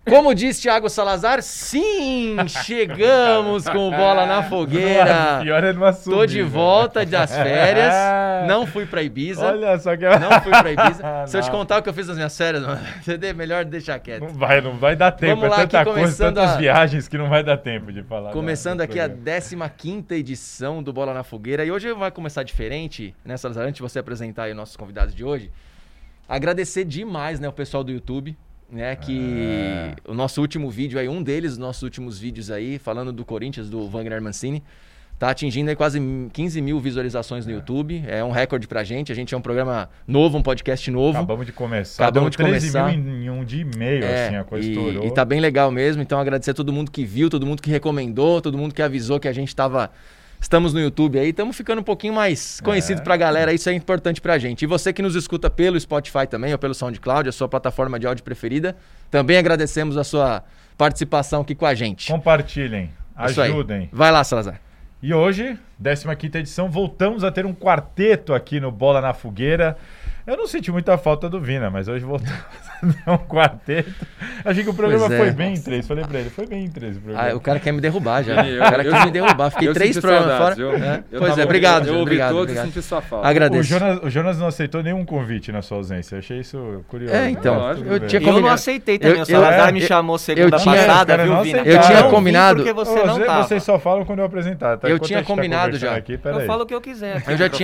Como diz Thiago Salazar, sim, chegamos com o Bola na Fogueira. Pior é não assumir. Tô de volta das férias, não fui pra Ibiza. Olha só que... Não fui pra Ibiza. Se eu te contar o que eu fiz nas minhas férias, mano, é melhor deixar quieto. Não vai dar tempo. Vamos lá, é tanta aqui, coisa, tantas viagens que não vai dar tempo de falar. Começando aqui a 15ª edição do Bola na Fogueira. E hoje vai começar diferente, né, Salazar? Antes de você apresentar aí os nossos convidados de hoje, agradecer demais, né, o pessoal do YouTube. Né, que o nosso último vídeo aí, um deles, os nossos últimos vídeos aí, falando do Corinthians, do Wagner Mancini, tá atingindo aí quase 15 mil visualizações no YouTube. É um recorde pra gente. A gente é um programa novo, um podcast novo. Acabamos de começar. Deu 13 mil em um dia e meio, assim, a coisa estourou. E tá bem legal mesmo. Então agradecer a todo mundo que viu, todo mundo que recomendou, todo mundo que avisou que a gente estamos no YouTube aí, estamos ficando um pouquinho mais conhecido pra galera, isso é importante pra gente. E você que nos escuta pelo Spotify também, ou pelo SoundCloud, a sua plataforma de áudio preferida, também agradecemos a sua participação aqui com a gente. Compartilhem, ajudem. Vai lá, Salazar. E hoje, 15ª edição, voltamos a ter um quarteto aqui no Bola na Fogueira. Eu não senti muita falta do Vina, mas hoje voltamos a ter um quarteto. Achei que o programa foi bem em 3. Falei pra ele, foi bem em 3 o programa. O cara quer me derrubar já. O cara quer me derrubar. Fiquei 3 programas fora. Pois é, obrigado. Eu ouvi todos obrigado. E senti sua falta. Agradeço. O Jonas não aceitou nenhum convite na sua ausência. Eu achei isso curioso. Então, eu não aceitei também. O Salazar me chamou segunda passada, viu, Vina? Eu tinha combinado. Porque você não tava. Vocês só falam quando eu apresentar. Tá? Eu tinha combinado já. Eu falo o que eu quiser.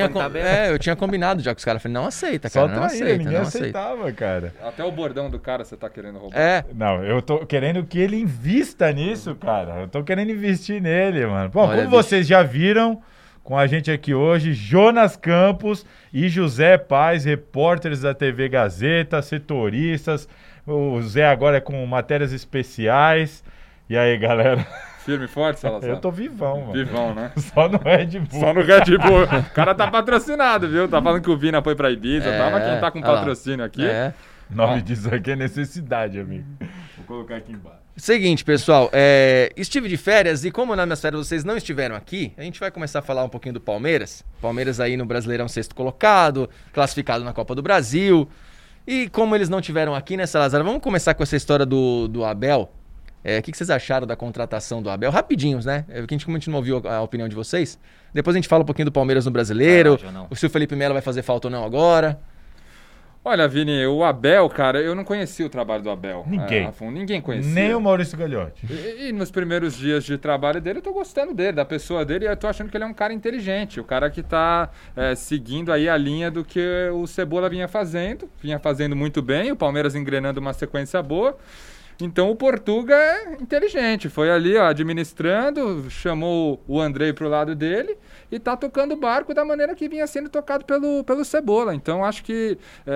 Eu tinha combinado já com os caras. Falei, não aceita, cara. Só não aceita. Ninguém aceitava, cara. Até o bordão do cara você tá querendo roubar. Não, eu tô querendo que ele invista nisso, cara. Eu tô querendo investir nele, mano. Bom, olha, como vocês já viram, com a gente aqui hoje, Jonas Campos e José Paz, repórteres da TV Gazeta, setoristas. O Zé agora é com matérias especiais. E aí, galera? Firme e forte, Salazar? Eu tô vivão, mano. Vivão, né? Só no Red Bull. Só no Red Bull. O cara tá patrocinado, viu? Tá falando que o Vina foi pra Ibiza, mas quem tá com patrocínio aqui. O nome disso aqui é necessidade, amigo. Vou colocar aqui embaixo. Seguinte, pessoal, estive de férias e como nas minhas férias vocês não estiveram aqui, a gente vai começar a falar um pouquinho do Palmeiras. Palmeiras aí no Brasileirão 6º colocado, classificado na Copa do Brasil. E como eles não tiveram aqui, né, Salazar? Vamos começar com essa história do Abel. O que vocês acharam da contratação do Abel? Rapidinhos, né? Que a gente não ouviu a opinião de vocês. Depois a gente fala um pouquinho do Palmeiras no Brasileiro. Se o Felipe Melo vai fazer falta ou não agora. Olha, Vini, o Abel, cara, eu não conhecia o trabalho do Abel. Ninguém conhecia. Nem o Maurício Gagliotti. E nos primeiros dias de trabalho dele, eu tô gostando dele, da pessoa dele, e eu tô achando que ele é um cara inteligente, o cara que tá seguindo aí a linha do que o Cebola vinha fazendo muito bem, o Palmeiras engrenando uma sequência boa. Então o Portuga é inteligente, foi ali administrando, chamou o Andrei pro lado dele e tá tocando o barco da maneira que vinha sendo tocado pelo Cebola. Então acho que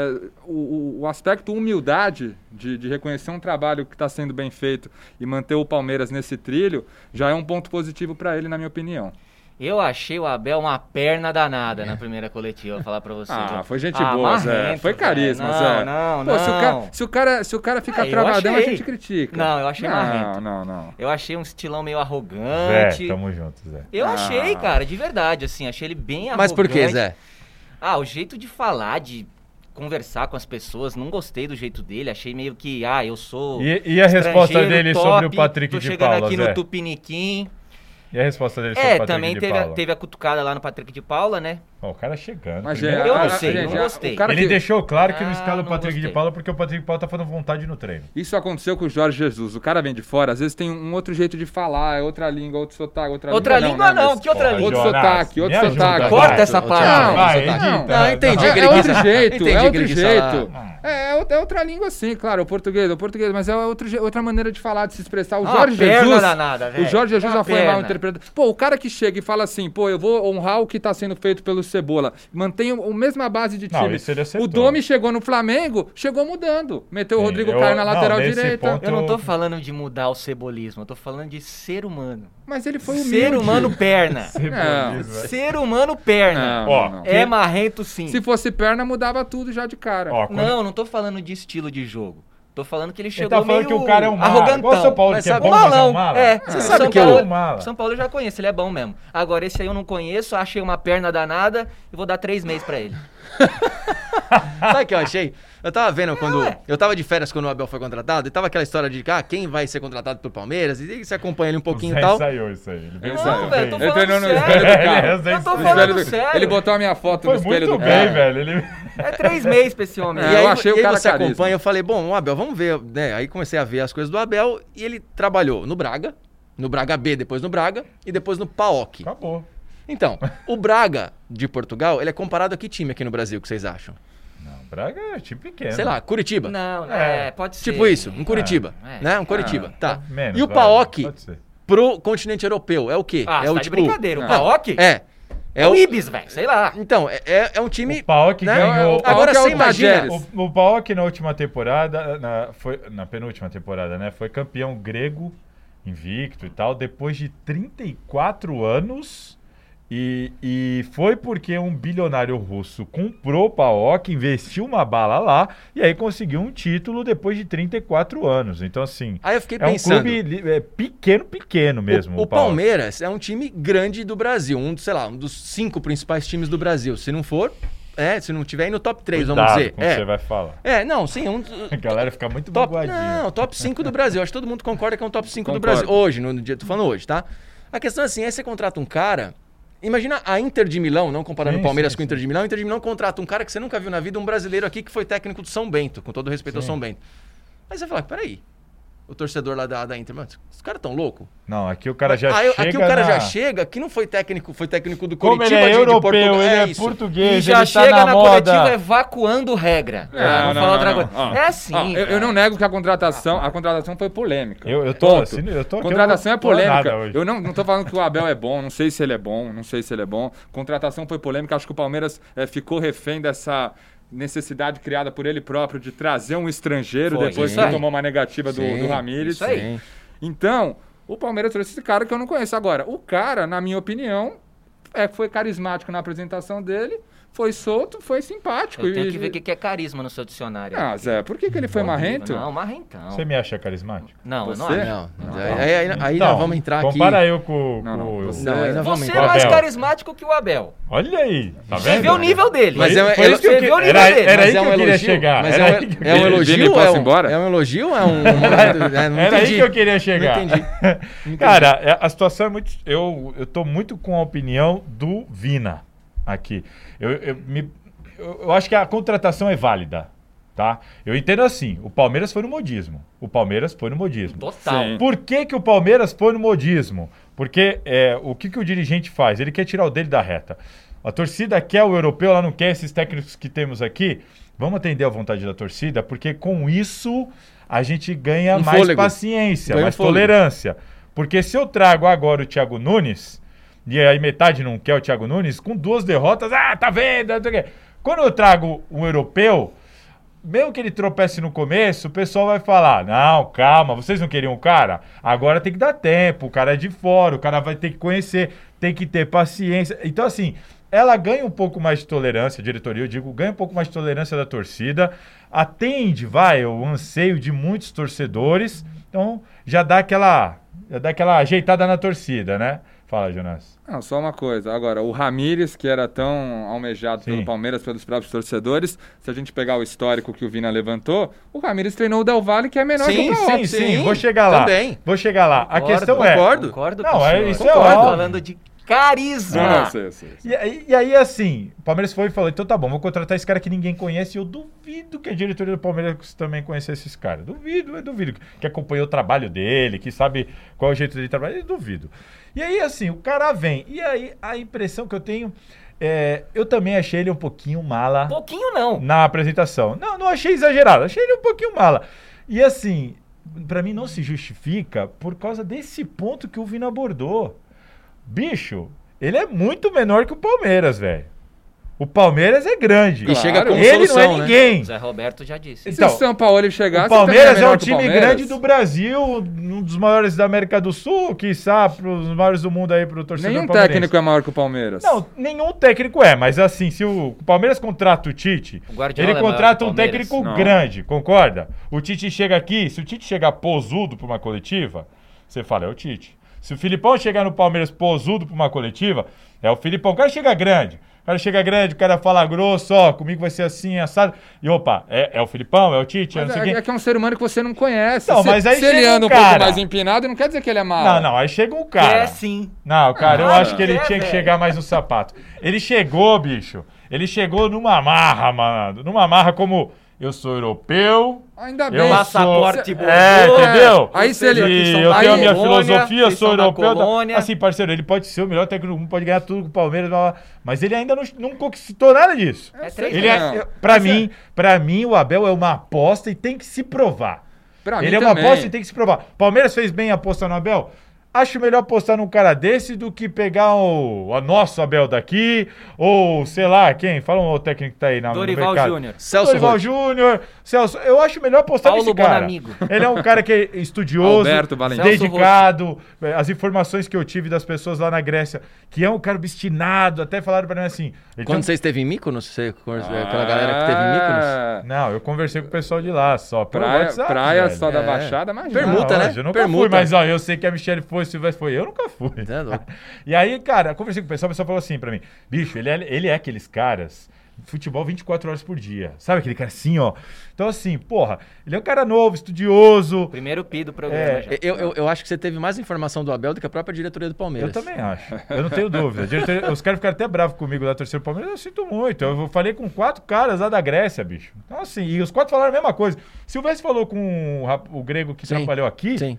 o aspecto humildade de reconhecer um trabalho que está sendo bem feito e manter o Palmeiras nesse trilho já é um ponto positivo para ele, na minha opinião. Eu achei o Abel uma perna danada na primeira coletiva, vou falar pra você. Foi gente boa, Zé. Foi carisma, Zé. Não. Se o cara fica travadão, a gente critica. Não, eu achei marrento. Não. Eu achei um estilão meio arrogante. Zé, tamo junto, Zé. Eu achei, cara, de verdade, assim, achei ele bem arrogante. Mas por que, Zé? O jeito de falar, de conversar com as pessoas, não gostei do jeito dele, achei meio que, eu sou E a resposta dele sobre o Patrick de Paula, Zé? Tô chegando aqui no Tupiniquim. E a resposta dele sobre o Patrick de Paula? Também teve a cutucada lá no Patrick de Paula, né? O cara chegando. Mas eu não sei, não gostei. Ele deixou claro que não escala o Patrick de Paula porque o Patrick de Paula tá fazendo vontade no treino. Isso aconteceu com o Jorge Jesus. O cara vem de fora, às vezes tem um outro jeito de falar, outra língua, outro sotaque, outra língua não, que outra língua? Outro sotaque. Corta essa parte. Não, entendi que ele quis. É outro jeito. Falar. É outra língua sim, claro, o português, mas é outra maneira de falar, de se expressar. O Jorge Jesus já foi mal interpretado. Pô, o cara que chega e fala assim, eu vou honrar o que tá sendo feito pelo Cebola, mantém a mesma base de time. O Domi chegou no Flamengo, chegou mudando, meteu o Rodrigo Caio na lateral direita. Eu não tô falando de mudar o cebolismo, eu tô falando de ser humano. Mas ele foi humilde. Ser humano perna. Ser humano perna. É marrento sim. Se fosse perna, mudava tudo já de cara. Não tô falando de estilo de jogo. Tô falando que ele chegou tá falando meio que o cara é um mala. Arrogantão. Igual o São Paulo, que é bom, mas é um mala. Você sabe que é um mala. São Paulo eu já conheço, ele é bom mesmo. Agora esse aí eu não conheço, achei uma perna danada e vou dar 3 meses pra ele. Sabe o que eu achei? Eu tava vendo quando... Eu tava de férias quando o Abel foi contratado, e tava aquela história de quem vai ser contratado pelo Palmeiras, e você acompanha ele um pouquinho e tal. Saiu isso aí. Ele veio Não, velho, tô Ele treinou falando no sério. espelho do carro. Eu tô falando sério. Ele botou a minha foto Foi no espelho muito do bem, carro. velho. Ele... É 3 meses pra esse homem. É, E aí, eu achei o cara você carisma. acompanha, eu falei, bom, o Abel, vamos ver, né? Aí comecei a ver as coisas do Abel, e ele trabalhou no Braga B, depois no Braga, e depois no PAOK. Acabou. Então, o Braga de Portugal, ele é comparado a que time aqui no Brasil, que vocês acham? Não, Braga é time pequeno. Sei lá, Curitiba. Não, É. pode ser. Tipo isso, um Curitiba, É. né? Um Curitiba, tá. Menos, E o vai, PAOK pode ser. pro continente europeu é o quê? Ah, é você o tá de brincadeira. O Não. PAOK? É. É o Ibis, velho. Sei lá. Então, é um time... O PAOK né? ganhou... Agora PAOK é o você imagina... Tajeres. O PAOK na última temporada, na penúltima temporada, né? Foi campeão grego, invicto e tal, depois de 34 anos. E foi porque um bilionário russo comprou o PAOK, investiu uma bala lá e aí conseguiu um título depois de 34 anos. Então, assim, Aí eu fiquei é um pensando... clube pequeno mesmo. O Palmeiras é um time grande do Brasil, sei lá, um dos 5 principais times do Brasil. Se não for, se não tiver aí no top 3, vamos dizer. Como você vai falar. Não, sim, A galera fica muito top, magoadinha. não, top 5 do Brasil. Acho que todo mundo concorda que é um top 5 do Concordo. Brasil. Hoje, no dia, tô falando hoje, tá? A questão é assim, aí você contrata um cara... Imagina a Inter de Milão, não comparando o Palmeiras com o Inter de Milão. A Inter de Milão contrata um cara que você nunca viu na vida, um brasileiro aqui que foi técnico do São Bento, com todo respeito ao São Bento. Aí você fala, peraí, o torcedor lá da Inter, mano, os caras tão loucos? Não, aqui o cara já Aí, chega aqui o cara já chega, que não foi técnico do Como Curitiba, ele é de europeu, Portugal. ele é isso. português, E já ele tá chega na coletiva moda. evacuando regra. Vamos falar outra coisa. É assim. Eu não nego que a contratação foi polêmica. Eu tô Ponto. assim, eu tô aqui, Contratação eu é não tô nada polêmica. hoje. Eu não tô falando que o Abel é bom, não sei se ele é bom, Contratação foi polêmica, acho que o Palmeiras ficou refém dessa necessidade criada por ele próprio de trazer um estrangeiro Foi, depois isso que aí. tomou uma negativa do Ramírez. isso aí. Sim. Então, o Palmeiras trouxe esse cara que eu não conheço. Agora, o cara, na minha opinião, foi carismático na apresentação dele, foi solto, foi simpático. Eu tenho que ver o que é carisma no seu dicionário. Ah, Zé, por que ele foi marrento? Não, marrentão. Você me acha carismático? Não, eu não Você? acho. Não, aí Então, nós vamos entrar aqui... Compara eu com... Você- Não, aí nós vamos Você entrar. é mais Abel. carismático que o Abel. Olha aí, tá Você vendo? vê o nível dele. Mas Foi isso que eu Você vê o nível era dele. aí Mas que eu queria chegar. Mas Era é aí que eu um queria- elogio Vini, ou posso ir embora? É um elogio ou é um... não Era aí entendi. que eu queria chegar. Não entendi. Cara, a situação é muito... Eu tô muito com a opinião do Vina aqui. Eu acho que a contratação é válida, tá? Eu entendo assim, o Palmeiras foi no modismo. Total. Sim. Por que o Palmeiras foi no modismo? Porque o que o dirigente faz? Ele quer tirar o dele da reta. A torcida quer o europeu, ela não quer esses técnicos que temos aqui. Vamos atender a vontade da torcida, porque com isso a gente ganha mais fôlego. paciência, Ganha mais fôlego. tolerância. Porque se eu trago agora o Thiago Nunes, e aí metade não quer o Thiago Nunes, com 2 derrotas, tá vendo? Não sei o quê. Quando eu trago um europeu, mesmo que ele tropece no começo, o pessoal vai falar, não, calma, vocês não queriam o cara? Agora tem que dar tempo, o cara é de fora, o cara vai ter que conhecer, tem que ter paciência. Então, assim, ela ganha um pouco mais de tolerância, a diretoria, eu digo, ganha um pouco mais de tolerância da torcida, atende, o anseio de muitos torcedores, então já dá aquela ajeitada na torcida, né? Fala, Jonas. Não, só uma coisa. Agora, o Ramírez, que era tão almejado Sim. pelo Palmeiras, pelos próprios torcedores, se a gente pegar o histórico que o Vina levantou, o Ramírez treinou o Del Valle, que é menor que o PAOK. Sim, vou chegar lá. Também. Vou chegar lá. A questão concordo. Concordo Não, com o senhor. isso é Concordo. óbvio. Falando de carisma. Não, sei. E aí, assim, o Palmeiras foi e falou, então tá bom, vou contratar esse cara que ninguém conhece, e eu duvido que a diretoria do Palmeiras também conhecesse esse cara. Duvido. Que acompanhou o trabalho dele, que sabe qual é o jeito dele trabalhar, eu duvido. E aí, assim, o cara vem, e aí a impressão que eu tenho, eu também achei ele um pouquinho mala Pouquinho não. na apresentação. Não achei exagerado, achei ele um pouquinho mala. E assim, pra mim não se justifica por causa desse ponto que o Vina abordou. Bicho, ele é muito menor que o Palmeiras, velho. O Palmeiras é grande. E chega como ele solução, não é né? ninguém. Zé Roberto já disse. Então, se o São Paulo chegasse, O Palmeiras também é um menor que o time Palmeiras. grande do Brasil, um dos maiores da América do Sul, quiçá, os maiores do mundo aí pro torcedor Nenhum palmeirense. técnico é maior que o Palmeiras. Não, nenhum técnico é, mas assim, se o Palmeiras contrata o Tite, O Guardiola ele é maior contrata que o um Palmeiras. técnico Não. grande, concorda? O Tite chega aqui, se o Tite chegar posudo pra uma coletiva, você fala, é o Tite. Se o Filipão chegar no Palmeiras posudo pra uma coletiva, é o Filipão. O cara chega grande. O cara chega grande, o cara fala grosso, ó, comigo vai ser assim, assado. E opa, é o Filipão, é o Tite, Mas não sei o quê. é que é um ser humano que você não conhece. Não, mas aí se ele chega um anda um cara. pouco mais empinado, não quer dizer que ele é mau. Não, aí chega um cara. É sim. Não, cara, eu Ah, acho que ele tinha que velho. chegar mais no sapato. Ele chegou, bicho. Ele chegou numa marra, mano. Numa marra como eu sou europeu. Ainda Eu bem. sou- Passaporte entendeu? Aí se ele- E são eu da tenho a minha colônia, filosofia, vocês sou são da europeu. colônia. Assim, parceiro, ele pode ser o melhor técnico do mundo, pode ganhar tudo com o Palmeiras, blá, blá, mas ele ainda não conquistou nada disso. É três Ele anos. é, pra mim, o Abel é uma aposta e tem que se provar. Pra mim Ele é uma também. aposta e tem que se provar. Palmeiras fez bem apostar no Abel? Acho melhor apostar num cara desse do que pegar o nosso Abel daqui, ou sei lá, quem? Fala um técnico que tá aí no Dorival mercado. Júnior. Celso Dorival Roth. Júnior, Celso. Eu acho melhor apostar Paulo nesse cara. Bonamigo. Ele é um cara que é estudioso, Alberto Valentim. dedicado. As informações que eu tive das pessoas lá na Grécia, que é um cara obstinado, até falaram pra mim assim. ele Quando tinha- você esteve em Mykonos, você conversou com aquela galera que teve em Mykonos? Não, eu conversei com o pessoal de lá só. Por Praia, WhatsApp, praia velho. só da É. Baixada, mas Permuta, né? Eu nunca Permuta. fui, mas ó, eu sei que a Michelle foi, o Silvestre foi. Eu nunca fui. É louco. E aí, cara, eu conversei com o pessoal falou assim pra mim: bicho, ele é aqueles caras. Futebol 24 horas por dia. Sabe aquele cara assim, ó? Então, assim, porra, ele é um cara novo, estudioso. Primeiro pi do programa já. Eu acho que você teve mais informação do Abel do que a própria diretoria do Eu Palmeiras. também acho. Eu não tenho dúvida. Os caras ficaram até bravos comigo lá, torcedor do Palmeiras. Eu sinto muito. Eu falei com 4 caras lá da Grécia, bicho. Então, assim, e os 4 falaram a mesma coisa. Silvestre falou com o grego que Sim. trabalhou aqui. Sim.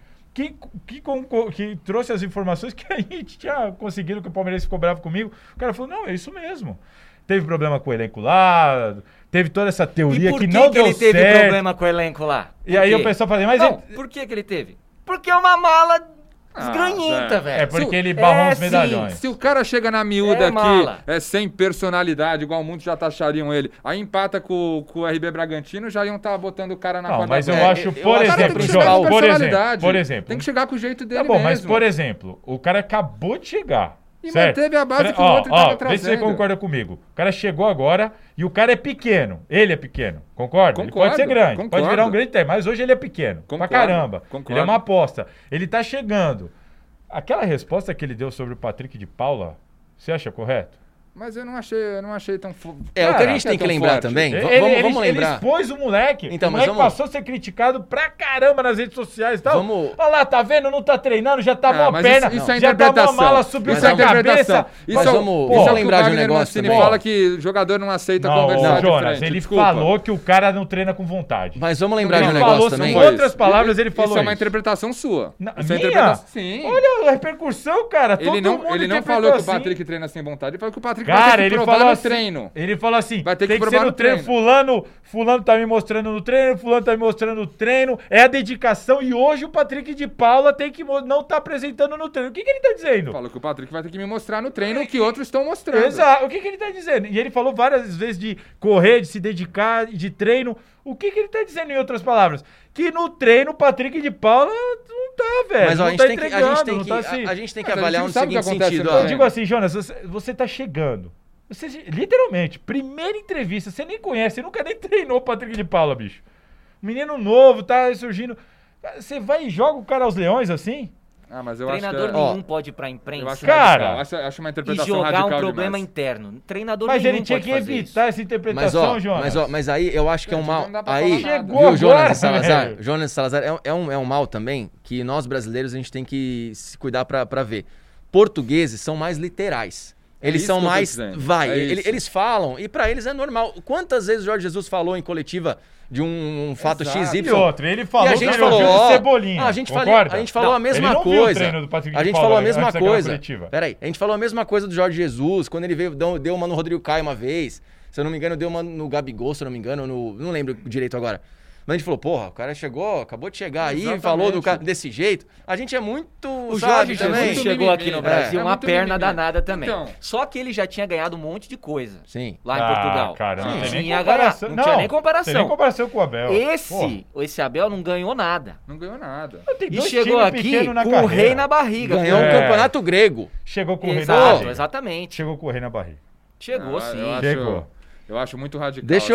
Que trouxe as informações que a gente tinha conseguido, que o Palmeiras ficou bravo comigo. O cara falou, não, é isso mesmo. Teve problema com o elenco lá, teve toda essa teoria E por que que não que deu ele teve certo. problema com o elenco lá? E Por aí quê? o pessoal falou, mas Não, ele- por que ele teve? Porque é uma mala desgranhenta, Zé. velho. é porque Se- ele barrou uns sim. medalhões. Se o cara chega na miúda É mala. aqui, sem personalidade, igual muitos já taxariam ele, aí empata com o RB Bragantino, já iam estar botando o cara na Não, corda mas eu bamba. acho, eu por acho que O cara tem exemplo, que chegar João, com personalidade. por exemplo. Tem que chegar com o jeito dele Tá bom, mas mesmo. por exemplo, o cara acabou de chegar. E certo? manteve a base que o Ó, outro tava vê se você trazendo. concorda comigo. O cara chegou agora e o cara é pequeno. Ele é pequeno. Concorda? Ele pode ser grande, pode concordo. virar um grande técnico, mas hoje ele é pequeno. Pra Concordo, caramba. concordo. Ele é uma aposta. Ele tá chegando. Aquela resposta que ele deu sobre o Patrick de Paula, você acha correto? Mas eu não achei tão... É, o que a Cara, gente tem que tão lembrar forte. também, Ele vamos lembrar. Ele expôs o moleque. Então, o mas moleque vamos- passou a ser criticado pra caramba nas redes sociais e tal. Vamos- Olha lá, tá vendo? Não tá treinando, já tá mó mas perna, isso é já tá mó interpretação. mala, subiu Mas sua vamos- cabeça. Isso Mas é o- vamos- isso é o que lembrar o de um Wagner negócio Mancini também. fala que jogador não aceita Não, conversar ô, de Jonas, frente. ele Desculpa. falou que o cara não treina com vontade. Mas vamos lembrar de um Ele negócio falou, também. são outras palavras, ele falou Isso é uma isso. interpretação sua. Não, Isso é minha? interpretação... Sim. Olha a repercussão, cara. Ele Todo não, mundo ele não interpretou falou que o assim. Patrick treina sem vontade, ele falou que o Patrick Cara, vai ter que ele provar falou no assim, treino. ele falou assim, Vai ter que tem que ser provar no no treino. Fulano tá me mostrando no treino, fulano tá me mostrando no treino. É a dedicação e hoje o Patrick de Paula tem que não tá apresentando no treino. O que ele tá dizendo? Falou que o Patrick vai ter que me mostrar no treino o que outros estão mostrando. Exato. O que ele tá dizendo? E ele falou várias vezes de correr, de se dedicar, de treino. O que ele tá dizendo em outras palavras? Que no treino o Patrick de Paula não tá, velho. Mas ó, não a gente tá tem que, a entregando, gente tem não que, tá assim. a gente tem que Mas a avaliar gente no sabe o que seguinte acontece sentido. no ó. Eu digo assim, Jonas, você tá chegando. Você, literalmente, primeira entrevista, você nem conhece, você nunca nem treinou o Patrick de Paula, bicho. Menino novo, tá surgindo. Você vai e joga o cara aos leões assim? Ah, mas eu Treinador acho que... nenhum pode ir pra imprensa Eu acho Cara, radical. Acho uma e interpretação jogar radical um problema demais. interno. Treinador Mas nenhum ele tinha pode que fazer evitar isso. essa Mas, interpretação, Jonas. mas aí eu acho que é um Gente, mal. não dá pra Aí, falar nada. viu, Chegou Jonas agora, e Salazar? velho. Jonas e Salazar é um mal também que nós brasileiros a gente tem que se cuidar pra ver. Portugueses são mais literais. Eles isso são que eu tô mais. dizendo. Vai, É isso. eles falam, e pra eles é normal. Quantas vezes o Jorge Jesus falou em coletiva de um fato Exato. XY? E outra, ele falou E a que gente ele falou, ouviu do ó, Cebolinha. a gente concorda? falou a Ele mesma não viu o coisa. treino do Patrick A de gente Paula falou a antes mesma daquela coisa. coletiva. Peraí, a gente falou a mesma coisa do Jorge Jesus, quando ele veio, deu uma no Rodrigo Caio uma vez. Se eu não me engano, deu uma no Gabigol, se eu não me engano, não lembro direito agora. Mas a gente falou, porra, o cara chegou, acabou de chegar aí, Exatamente. falou do cara desse jeito. A gente é muito, O sabe, Jorge também. Jesus chegou aqui no mimimi. Brasil É uma muito perna mimimi. danada também. Então. Só que ele já tinha ganhado um monte de coisa Sim. lá em Portugal. Cara, não tem nem Tinha comparação. ganhado, não tinha nem comparação. Tem nem comparação com o Abel. Esse Abel não ganhou nada. Não ganhou nada. Tem E dois chegou times aqui pequenos na com o carreira. rei na barriga. Ganhou É. um campeonato grego. Chegou com o rei na Exato, barriga. exatamente. Chegou com o rei na barriga. Chegou Eu sim. acho- Chegou. Eu acho muito radical. Deixa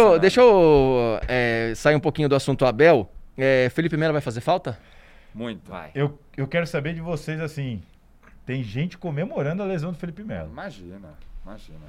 eu sair um pouquinho do assunto Abel. Felipe Melo vai fazer falta? Muito. Vai. Eu quero saber de vocês, assim, tem gente comemorando a lesão do Felipe Melo. Imagina.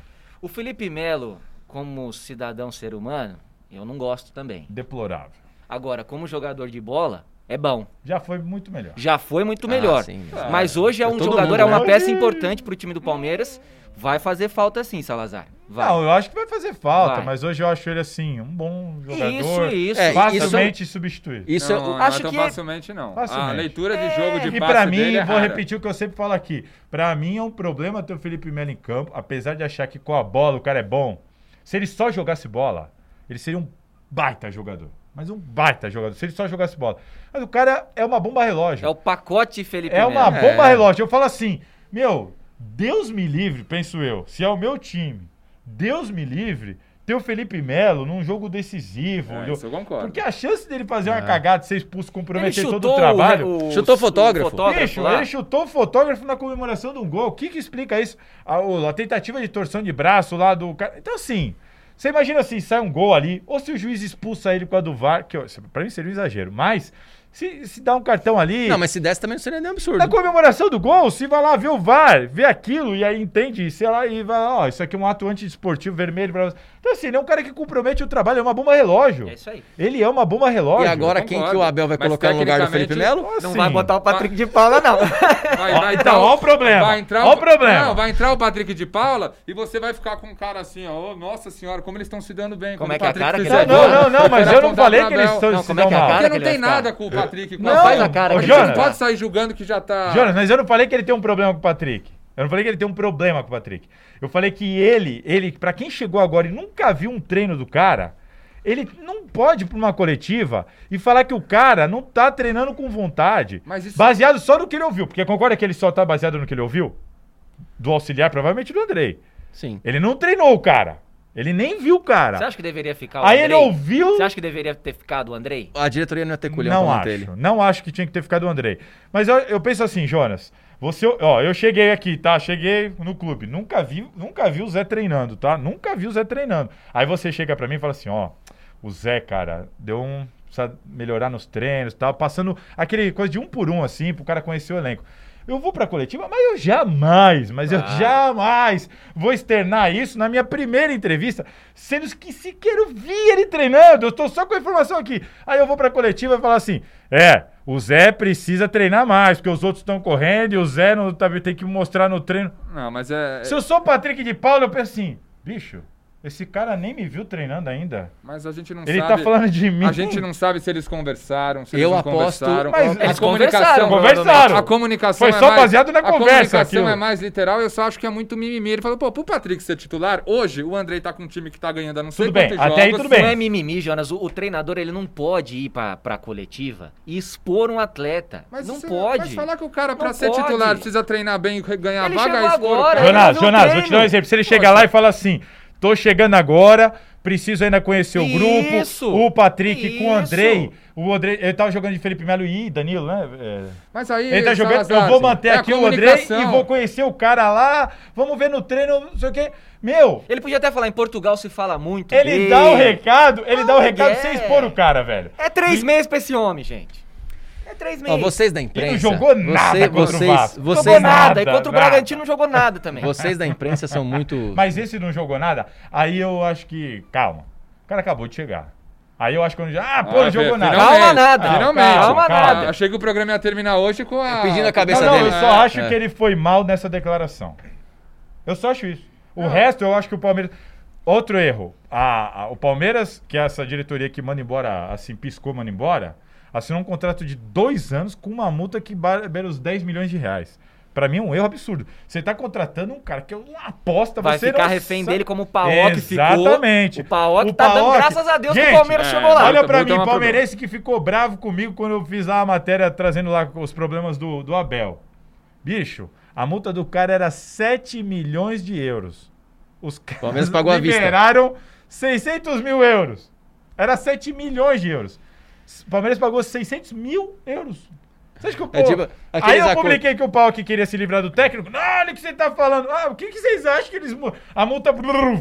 O Felipe Melo, como cidadão ser humano, eu não gosto também. Deplorável. Agora, como jogador de bola, é bom. Já foi muito melhor. Já foi muito melhor. Sim. Mas hoje é um todo jogador, mundo, é uma né? peça importante pro time do Palmeiras. Vai fazer falta sim, Salazar. Vai. Não, eu acho que vai fazer falta, Vai. mas hoje eu acho ele assim, um bom jogador. Isso. É, Facilmente substituir. Isso Não, não acho é tão que- facilmente, não. Facilmente. A leitura de jogo de E passe pra dele mim, é vou rara. repetir o que eu sempre falo aqui. Pra mim é um problema ter o Felipe Melo em campo, apesar de achar que com a bola o cara é bom. Se ele só jogasse bola, ele seria um baita jogador. Mas um baita jogador, se ele só jogasse bola. Mas o cara é uma bomba relógio. É o pacote Felipe É Melo. uma bomba relógio. Eu falo assim, meu, Deus me livre, penso eu, se é o meu time, Deus me livre, ter o Felipe Melo num jogo decisivo. Isso eu concordo. Porque a chance dele fazer uma cagada, ser expulso, Ele comprometer todo chutou o trabalho... Chutou o fotógrafo. Bicho, lá. ele chutou o fotógrafo na comemoração de um gol. O que explica isso? A tentativa de torção de braço lá do cara. Então, assim, você imagina se sai um gol ali, ou se o juiz expulsa ele com a do VAR, que pra mim seria um exagero, mas se dá um cartão ali... Não, mas se desse também não seria nem absurdo. Na comemoração do gol, se vai lá ver o VAR, vê aquilo e aí entende, sei lá, e vai lá, ó, isso aqui é um ato antidesportivo vermelho pra você. Então, assim, ele é um cara que compromete o trabalho, é uma bomba relógio. É isso aí. Ele é uma bomba relógio. E agora eu quem concordo. que o Abel vai Mas colocar no lugar do Felipe Melo? Assim, Não vai botar o Patrick de Paula, não. Vai então, ó o problema. Vai entrar Ó o problema. Não, vai entrar o Patrick de Paula e você vai ficar com um cara assim, ó. Oh, nossa senhora, como eles estão se dando bem. Como Quando é que é a o Patrick cara que fizer ele gol, vai Não, mas vai eu não apontar falei pro que eles Abel. estão Não, se como é dão que é a mal. cara Porque que não ele tem vai ficar? nada com o Patrick. Não, faz a cara ô, que ele Você Jonas. não pode sair julgando que já tá... Jonas, mas eu não falei que ele tem um problema com o Patrick. Eu não falei que ele tem um problema com o Patrick. Eu falei que ele, pra quem chegou agora e nunca viu um treino do cara, ele não pode ir pra uma coletiva e falar que o cara não tá treinando com vontade, Mas isso- baseado só no que ele ouviu. Porque concorda que ele só tá baseado no que ele ouviu? Do auxiliar, provavelmente do Andrei. Sim. Ele não treinou o cara. Ele nem viu o cara. Você acha que deveria ficar o Aí Andrei? ele ouviu... Você acha que deveria ter ficado o Andrei? A diretoria não ia ter culhão Não pra acho, manter ele. não acho que tinha que ter ficado o Andrei. Mas eu penso assim, Jonas, eu cheguei aqui, tá? Cheguei no clube, nunca vi o Zé treinando, tá? Nunca vi o Zé treinando. Aí você chega pra mim e fala assim, ó, o Zé, cara, precisa melhorar nos treinos, tal, passando aquele coisa de 1 por 1, assim, pro cara conhecer o elenco. Eu vou pra coletiva, mas eu jamais vou externar isso na minha primeira entrevista, sendo que sequer eu vi ele treinando, eu tô só com a informação aqui. Aí eu vou pra coletiva e falar assim, o Zé precisa treinar mais, porque os outros estão correndo e o Zé não tem que mostrar no treino. Não, mas é... Se eu sou o Patrick de Paula, eu penso assim, bicho, esse cara nem me viu treinando ainda. Mas a gente não Ele sabe... tá falando de mim. A gente não sabe se eles conversaram, se eles Eu não aposto- conversaram. Mas eles a comunicação... conversaram. A comunicação Foi só baseado na A conversa, comunicação aquilo. é mais literal, eu só acho que é muito mimimi. Ele falou, pro Patrick ser titular, hoje o Andrei tá com um time que tá ganhando a não sei Tudo bem, quantos até aí jogos. tudo bem. Não é mimimi, Jonas. O treinador, ele não pode ir pra coletiva e expor um atleta. Mas não você- pode. Mas falar que o cara, pra Não ser pode. titular, precisa treinar bem e ganhar Ele vaga, chegou expor o agora, cara. ele Jonas, não viu o vou te dar um treino. exemplo. Se ele chegar lá e falar assim, tô chegando agora, preciso ainda conhecer o grupo, Isso, o Patrick com o isso. Andrei. O Andrei, ele tava jogando de Felipe Melo e Danilo, né? Mas aí, Ele tá jogando, Salazar, eu vou manter é a aqui o Andrei comunicação. e vou conhecer o cara lá, vamos ver no treino, não sei o quê. Meu, Ele podia até falar, em Portugal se fala muito ele dele. dá o recado, Miguel. sem expor o cara, velho. É 3 meses pra esse homem, gente. É 3 Ó, meses. vocês da Ele imprensa... não jogou nada contra o Vasco. Não vocês, jogou nada. E contra o nada. Bragantino não jogou nada também. vocês da imprensa são muito... Mas esse não jogou nada, aí eu acho que, calma, o cara acabou de chegar. Aí eu acho que quando já, Ah, não jogou nada. finalmente, Calma nada. Finalmente. Calma nada. Achei que o programa ia terminar hoje com a... Pedindo a cabeça Não, dele. eu só acho É. que ele foi mal nessa declaração. Eu só acho isso. O resto, eu acho que o Palmeiras... Outro erro. O Palmeiras, que é essa diretoria que manda embora, assim, piscou, manda embora, assinou um contrato de 2 anos com uma multa que beira os 10 milhões de reais. Pra mim é um erro absurdo. Você tá contratando um cara que é uma aposta, Vai você ficar não refém sabe- dele como o Paok ficou. Exatamente. O Paok tá dando graças a Deus que Gente, o Palmeiras chegou lá. Olha Multa pra é mim, uma palmeirense que ficou bravo comigo quando eu fiz lá a matéria trazendo lá os problemas do Abel. Bicho, a multa do cara era 7 milhões de euros. Os Palmeiras caras pagou à vista. liberaram 600 mil euros. Era 7 milhões de euros. O Palmeiras pagou 600 mil euros. Você acha que o É tipo, Aí aqueles eu acordos- publiquei que o Pauk queria se livrar do técnico. Não, olha o que você tá falando. O que vocês acham que eles... A multa...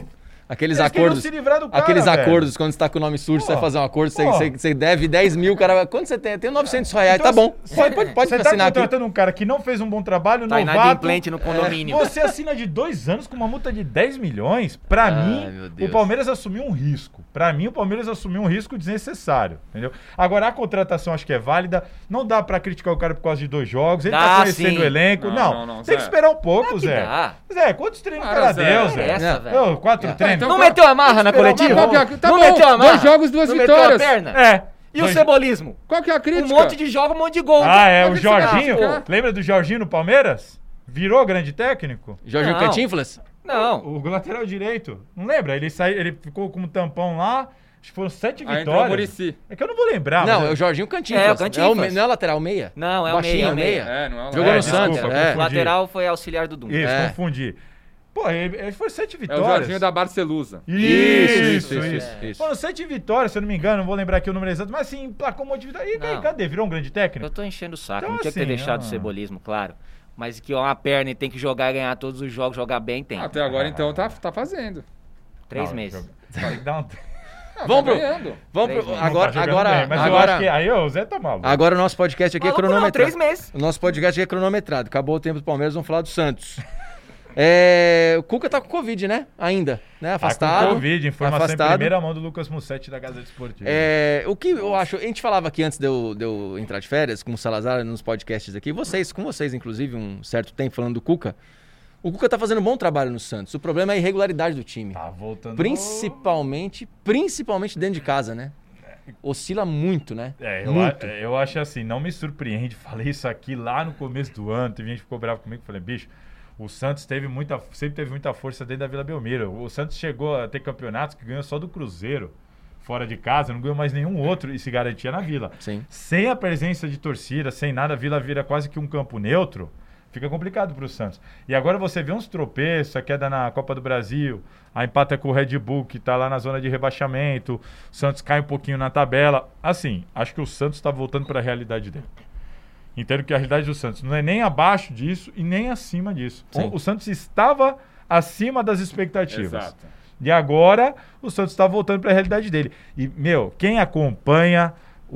Aqueles Eles queriam acordos. se livrar do cara, Aqueles velho. acordos, quando você tá com o nome sujo, você vai fazer um acordo, Pô. você deve 10 mil, o cara vai. Quanto você tem? Tem 900 reais, Então, tá bom. Pode Você tá assinar aqui. contratando um cara que não fez um bom trabalho, Tá novato. inadimplente no condomínio. Você assina de 2 anos com uma multa de 10 milhões. Pra mim, meu o Deus. Palmeiras assumiu um risco. Pra mim, o Palmeiras assumiu um risco desnecessário, entendeu? Agora, a contratação acho que é válida. Não dá pra criticar o cara por causa de 2 jogos. Ele tá Dá, conhecendo sim. o elenco. Não, Tem que Zé. esperar um pouco, que Zé. dá. Zé, quantos treinos o Para, cara Zé. deu, É Zé? essa, velho. Ô, 4 treinos. então Não meteu a marra na coletiva? Mas qual que é? Tá não bom, meteu a marra? 2 jogos, 2 não vitórias. meteu a perna? É. E o Dois- cebolismo? Qual que é a crítica? Um monte de jogo, um monte de gol. Ah, é, Mas o que você vai Jorginho. criticar? Lembra do Jorginho no Palmeiras? Virou grande técnico? Jorginho Não. Cantinflas? Não. O lateral direito. Não lembra? Ele ficou como tampão lá. Acho que foram 7 Aí entrou o vitórias. Muricy. É que eu não vou lembrar. Não, mas é o Jorginho Cantinflas. É, o Cantinflas. Não é o lateral, o meia? Não, é o Baixinho, meia, é o meia. É, não é o Jogou no lateral. Santos, desculpa, é. confundi. Lateral foi auxiliar do Dunga. Isso, É. confundi. Pô, ele foi 7 É o vitórias. Jorginho da Barcelusa. Isso. Isso. Foram 7 vitórias, se eu não me engano, não vou lembrar aqui o número exato, mas assim, placou um monte de vitória. E Não. cadê? Virou um grande técnico? Eu tô enchendo o saco, Então, não tinha que ter assim, deixado o ó. cebolismo, claro. Mas que é uma perna e tem que jogar e ganhar todos os jogos, jogar bem, tem. Até agora, então, tá fazendo. 3 Não, meses. Tem que dar um... Não, Vamos tá pro- ganhando. Vamos pro. Três meses. Agora, Não tá jogando agora, bem, mas eu agora, acho que aí o Zé tá maluco. agora o nosso podcast aqui é Maluco não, cronometrado. 3 meses. O nosso podcast aqui é cronometrado. Acabou o tempo do Palmeiras, vamos falar do Santos. O Cuca tá com Covid, né? Ainda, né? Afastado. Tá com Covid, informação afastado. em primeira mão do Lucas Mussetti da Gazeta Esportiva. O que eu acho, a gente falava aqui antes de eu entrar de férias com o Salazar nos podcasts aqui, com vocês inclusive, um certo tempo falando do Cuca. O Cuca tá fazendo um bom trabalho no Santos. O problema é a irregularidade do time. Tá voltando... Principalmente dentro de casa, né? Oscila muito, né? Muito. Eu acho assim, não me surpreende. Falei isso aqui lá no começo do ano. Teve gente que ficou bravo comigo. Falei, bicho, o Santos sempre teve muita força dentro da Vila Belmiro. O Santos chegou a ter campeonatos que ganhou só do Cruzeiro. Fora de casa, não ganhou mais nenhum outro e se garantia na Vila. Sim. Sem a presença de torcida, sem nada, a Vila vira quase que um campo neutro. Fica complicado para o Santos. E agora você vê uns tropeços, a queda na Copa do Brasil, a empata com o Red Bull, que está lá na zona de rebaixamento, o Santos cai um pouquinho na tabela. Assim, acho que o Santos está voltando para a realidade dele. Entendo que a realidade do Santos não é nem abaixo disso e nem acima disso. Sim. O Santos estava acima das expectativas. Exato. E agora o Santos está voltando para a realidade dele. E, quem acompanha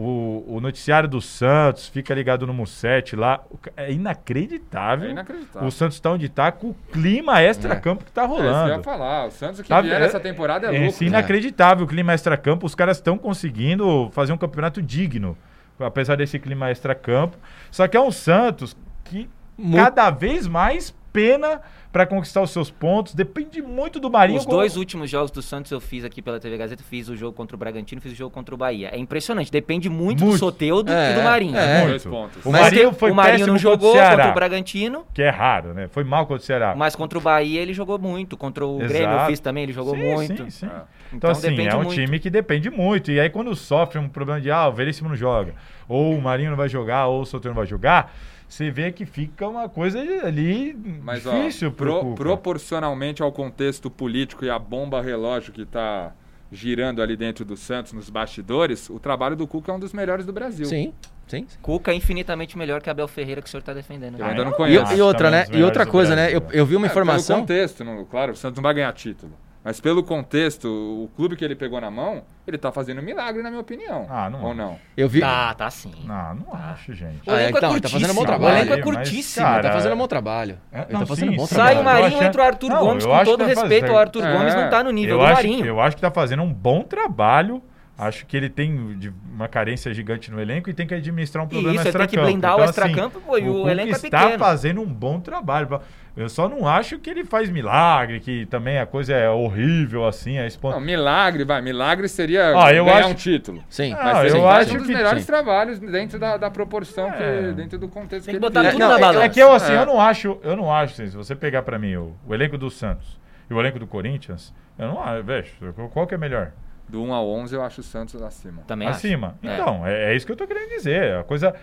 o noticiário do Santos, fica ligado no Mussetti lá, é inacreditável. É inacreditável. O Santos está onde está com o clima extra-campo que está É isso que eu rolando. ia falar. O Santos que Tá- vier essa temporada é louco. sim, inacreditável o clima extra-campo. Os caras estão conseguindo fazer um campeonato digno, apesar desse clima extra-campo. Só que é um Santos que cada vez mais pena para conquistar os seus pontos. Depende muito do Marinho. Os 2 últimos jogos do Santos eu fiz aqui pela TV Gazeta, fiz o jogo contra o Bragantino, fiz o jogo contra o Bahia. É impressionante, depende muito do Soteldo e do Marinho. É. Dois pontos. O Mas Marinho foi o Marinho péssimo não jogou contra o contra Ceará, o Bragantino, que é raro, né? Foi mal contra o Ceará. mas contra o Bahia ele jogou muito. Contra o Exato. Grêmio eu fiz também, ele jogou Sim, muito. sim. É. Então, assim, depende é um muito. time que depende muito. E aí, quando sofre um problema de, o Veríssimo não joga, ou o Marinho não vai jogar, ou o Soteldo não vai jogar, você vê que fica uma coisa ali Mas, difícil pro Cuca. proporcionalmente ao contexto político e à bomba relógio que está girando ali dentro do Santos, nos bastidores, o trabalho do Cuca é um dos melhores do Brasil. Sim. Cuca é infinitamente melhor que Abel Ferreira que o senhor está defendendo. Eu ainda não eu conheço. acho E outra, também né? os E melhores outra do coisa, né? Brasil. Eu vi uma Pelo informação. contexto, claro, o Santos não vai ganhar título. Mas pelo contexto, o clube que ele pegou na mão, ele tá fazendo um milagre, na minha opinião. Não Ou acho. não? Eu vi. Tá sim. Não acho, gente. O elenco é então, ele tá fazendo um bom curtíssimo. trabalho. O elenco é Mas, curtíssimo. cara, Ele tá fazendo um bom trabalho. Ele tá fazendo um bom sim. trabalho. Sai o Marinho, Eu acho- entra o Arthur Não, Gomes, eu com acho todo que vai respeito, fazer. o Arthur Gomes não tá no nível do Marinho. Eu acho que tá fazendo um bom trabalho. Acho que ele tem uma carência gigante no elenco e tem que administrar um problema Isso, ele tem que extracampo. blindar o Então, extracampo, pô, e o Cuca elenco é está pequeno. fazendo um bom trabalho. Eu só não acho que ele faz milagre, que também a coisa é horrível assim, a Não, milagre seria eu ganhar acho- um título. Sim. Mas eu ele acho faz um dos que- melhores sim. trabalhos dentro da proporção, dentro do contexto Tem que que ele botar vive. tudo na balança. É que eu assim, É. eu não acho, assim, se você pegar pra mim o elenco do Santos e o elenco do Corinthians, eu não acho, velho, qual que é melhor? Do 1 ao 11 eu acho o Santos acima. Também acho. Acima. É. Então, é isso que eu tô querendo dizer. A coisa.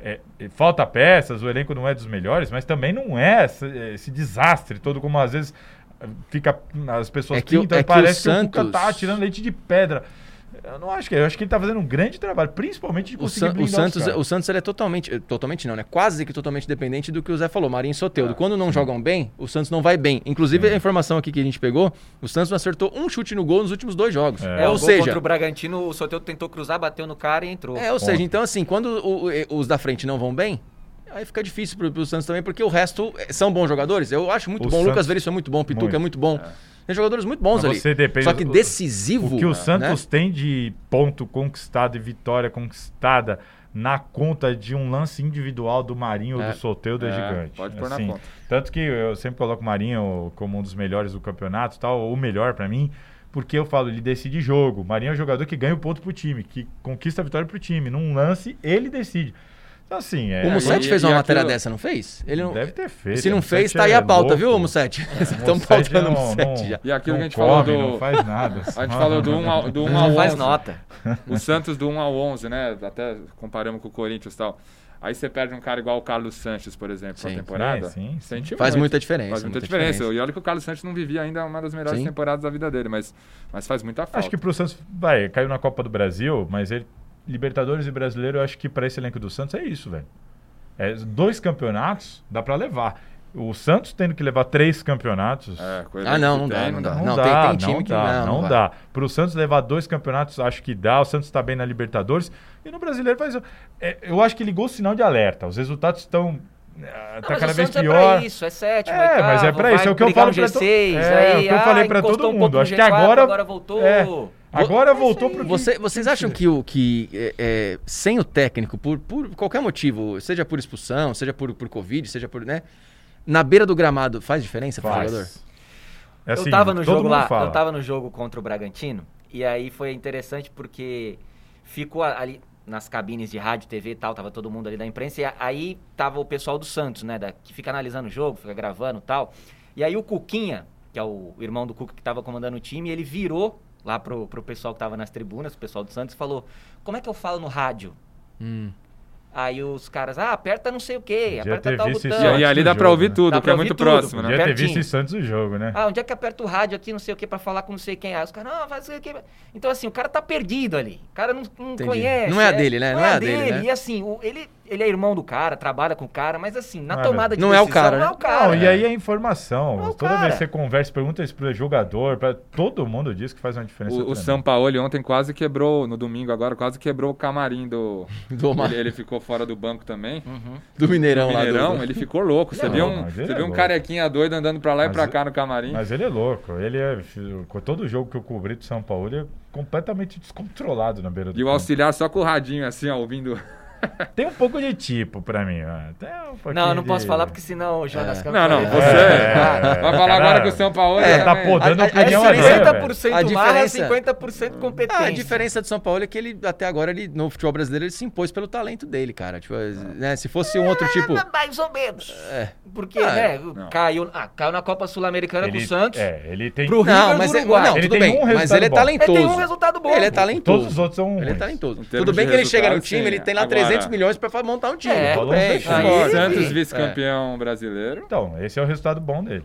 Falta peças, o elenco não é dos melhores, mas também não é esse desastre todo, como às vezes fica. As pessoas É que o pintam e Santos- parece que o Cuca tá tirando leite de pedra. Eu não acho que... Eu acho que ele tá fazendo um grande trabalho, principalmente de conseguir blindar o Santos ele é totalmente não, né? Quase que totalmente dependente do que o Zé falou, Marinho e Soteldo. Quando não jogam bem, o Santos não vai bem. Inclusive, a informação aqui que a gente pegou, o Santos não acertou um chute no gol nos últimos 2 jogos. Ou seja, contra o Bragantino, o Soteldo tentou cruzar, bateu no cara e entrou. Ou seja, então assim, quando os da frente não vão bem, aí fica difícil pro Santos também, porque o resto são bons jogadores. Eu acho muito bom. O Lucas Veríssimo é muito bom, o Pituca é muito bom. Tem jogadores muito bons ali. Só que decisivo. O que o Santos tem de ponto conquistado e vitória conquistada na conta de um lance individual do Marinho ou do Soteldo é gigante. Pode pôr na conta. Tanto que eu sempre coloco o Marinho como um dos melhores do campeonato, tal, o melhor pra mim, porque eu falo, ele decide jogo. O Marinho é um jogador que ganha o ponto pro time, que conquista a vitória pro time. Num lance, ele decide. Então, assim, o Mussete fez uma matéria dessa, não fez? Ele não deve ter feito. Se não fez, tá aí a pauta, viu, Mussete? Estão pautando o Mussete já. E aquilo que a gente falou Não faz nada. A gente falou do 1 ao 11. Não faz nota. O Santos do 1 ao 11, né? Até comparamos com o Corinthians e tal. Aí você perde um cara igual o Carlos Sanches, por exemplo, na temporada. Sim. Faz muita diferença. Faz muita diferença. E olha que o Carlos Sanches não vivia ainda uma das melhores temporadas da vida dele, mas faz muita falta. Acho que pro Santos, caiu na Copa do Brasil, mas Libertadores e Brasileiro, eu acho que pra esse elenco do Santos é isso, velho. 2 campeonatos dá pra levar. O Santos tendo que levar 3 campeonatos. Não dá. Tem time que não dá. Pro Santos levar 2 campeonatos, acho que dá. O Santos tá bem na Libertadores. E no Brasileiro faz. Eu acho que ligou o sinal de alerta. Os resultados estão. Tá cada vez pior. É pra isso, é 7º, 8º, mas é pra isso. É o que eu falo pra todo mundo. É o que eu falei pra todo mundo. Acho que agora voltou. Agora voltou pro Vocês acham que sem o técnico, por qualquer motivo, seja por expulsão, seja por Covid, seja por, né? Na beira do gramado, faz diferença pro jogador? Assim, eu tava no jogo contra o Bragantino, e aí foi interessante porque ficou ali nas cabines de rádio, TV e tal, tava todo mundo ali da imprensa, e aí tava o pessoal do Santos, né, que fica analisando o jogo, fica gravando e tal. E aí o Cuquinha, que é o irmão do Cuca que tava comandando o time, ele virou lá pro pessoal que tava nas tribunas, o pessoal do Santos, falou: como é que eu falo no rádio? Aí os caras, aperta não sei o quê, aperta tal botão. E ali dá pra ouvir tudo, que é muito próximo, né? Podia ter visto em Santos o jogo, né? Onde é que aperta o rádio aqui, não sei o quê, pra falar com não sei quem? Aí os caras, faz o quê? Então, assim, o cara tá perdido ali. O cara não conhece. Não é a dele, né? Não é a dele, né? E assim, ele é irmão do cara, trabalha com o cara, mas assim, na tomada de decisão, não é o cara. Não é o cara. E aí é informação. Toda vez que você conversa, pergunta isso pro jogador, todo mundo diz que faz uma diferença. O Sampaoli ontem quase quebrou, no domingo agora, quase quebrou o camarim do Omar. Ele ficou fora do banco também. Do Mineirão lá. Ele ficou louco. Você viu um carequinha doido andando pra lá e pra cá no camarim. Mas ele é louco. Com todo jogo que eu cobri do São Paulo, ele é completamente descontrolado na beira do campo. E o auxiliar só com o radinho assim, ouvindo... Tem um pouco de tipo pra mim. Eu não posso falar porque senão o Jonas Campos... Não, você vai falar agora que o São Paulo... Tá podando a opinião ali. 50% marra, 50% competência. A diferença do São Paulo é que ele, até agora, no futebol brasileiro, ele se impôs pelo talento dele, cara. Tipo, né, se fosse um outro tipo... Mais ou menos. Porque, caiu na Copa Sul-Americana com o Santos. Ele tem... Pro River do Uruguai. Tudo bem, mas ele é talentoso. Ele tem um resultado bom. Ele é talentoso. Todos os outros são Ele é talentoso. Tudo bem que ele chega no time, ele tem lá 300 milhões pra montar um time. Santos vice-campeão brasileiro. Então, esse é o resultado bom dele.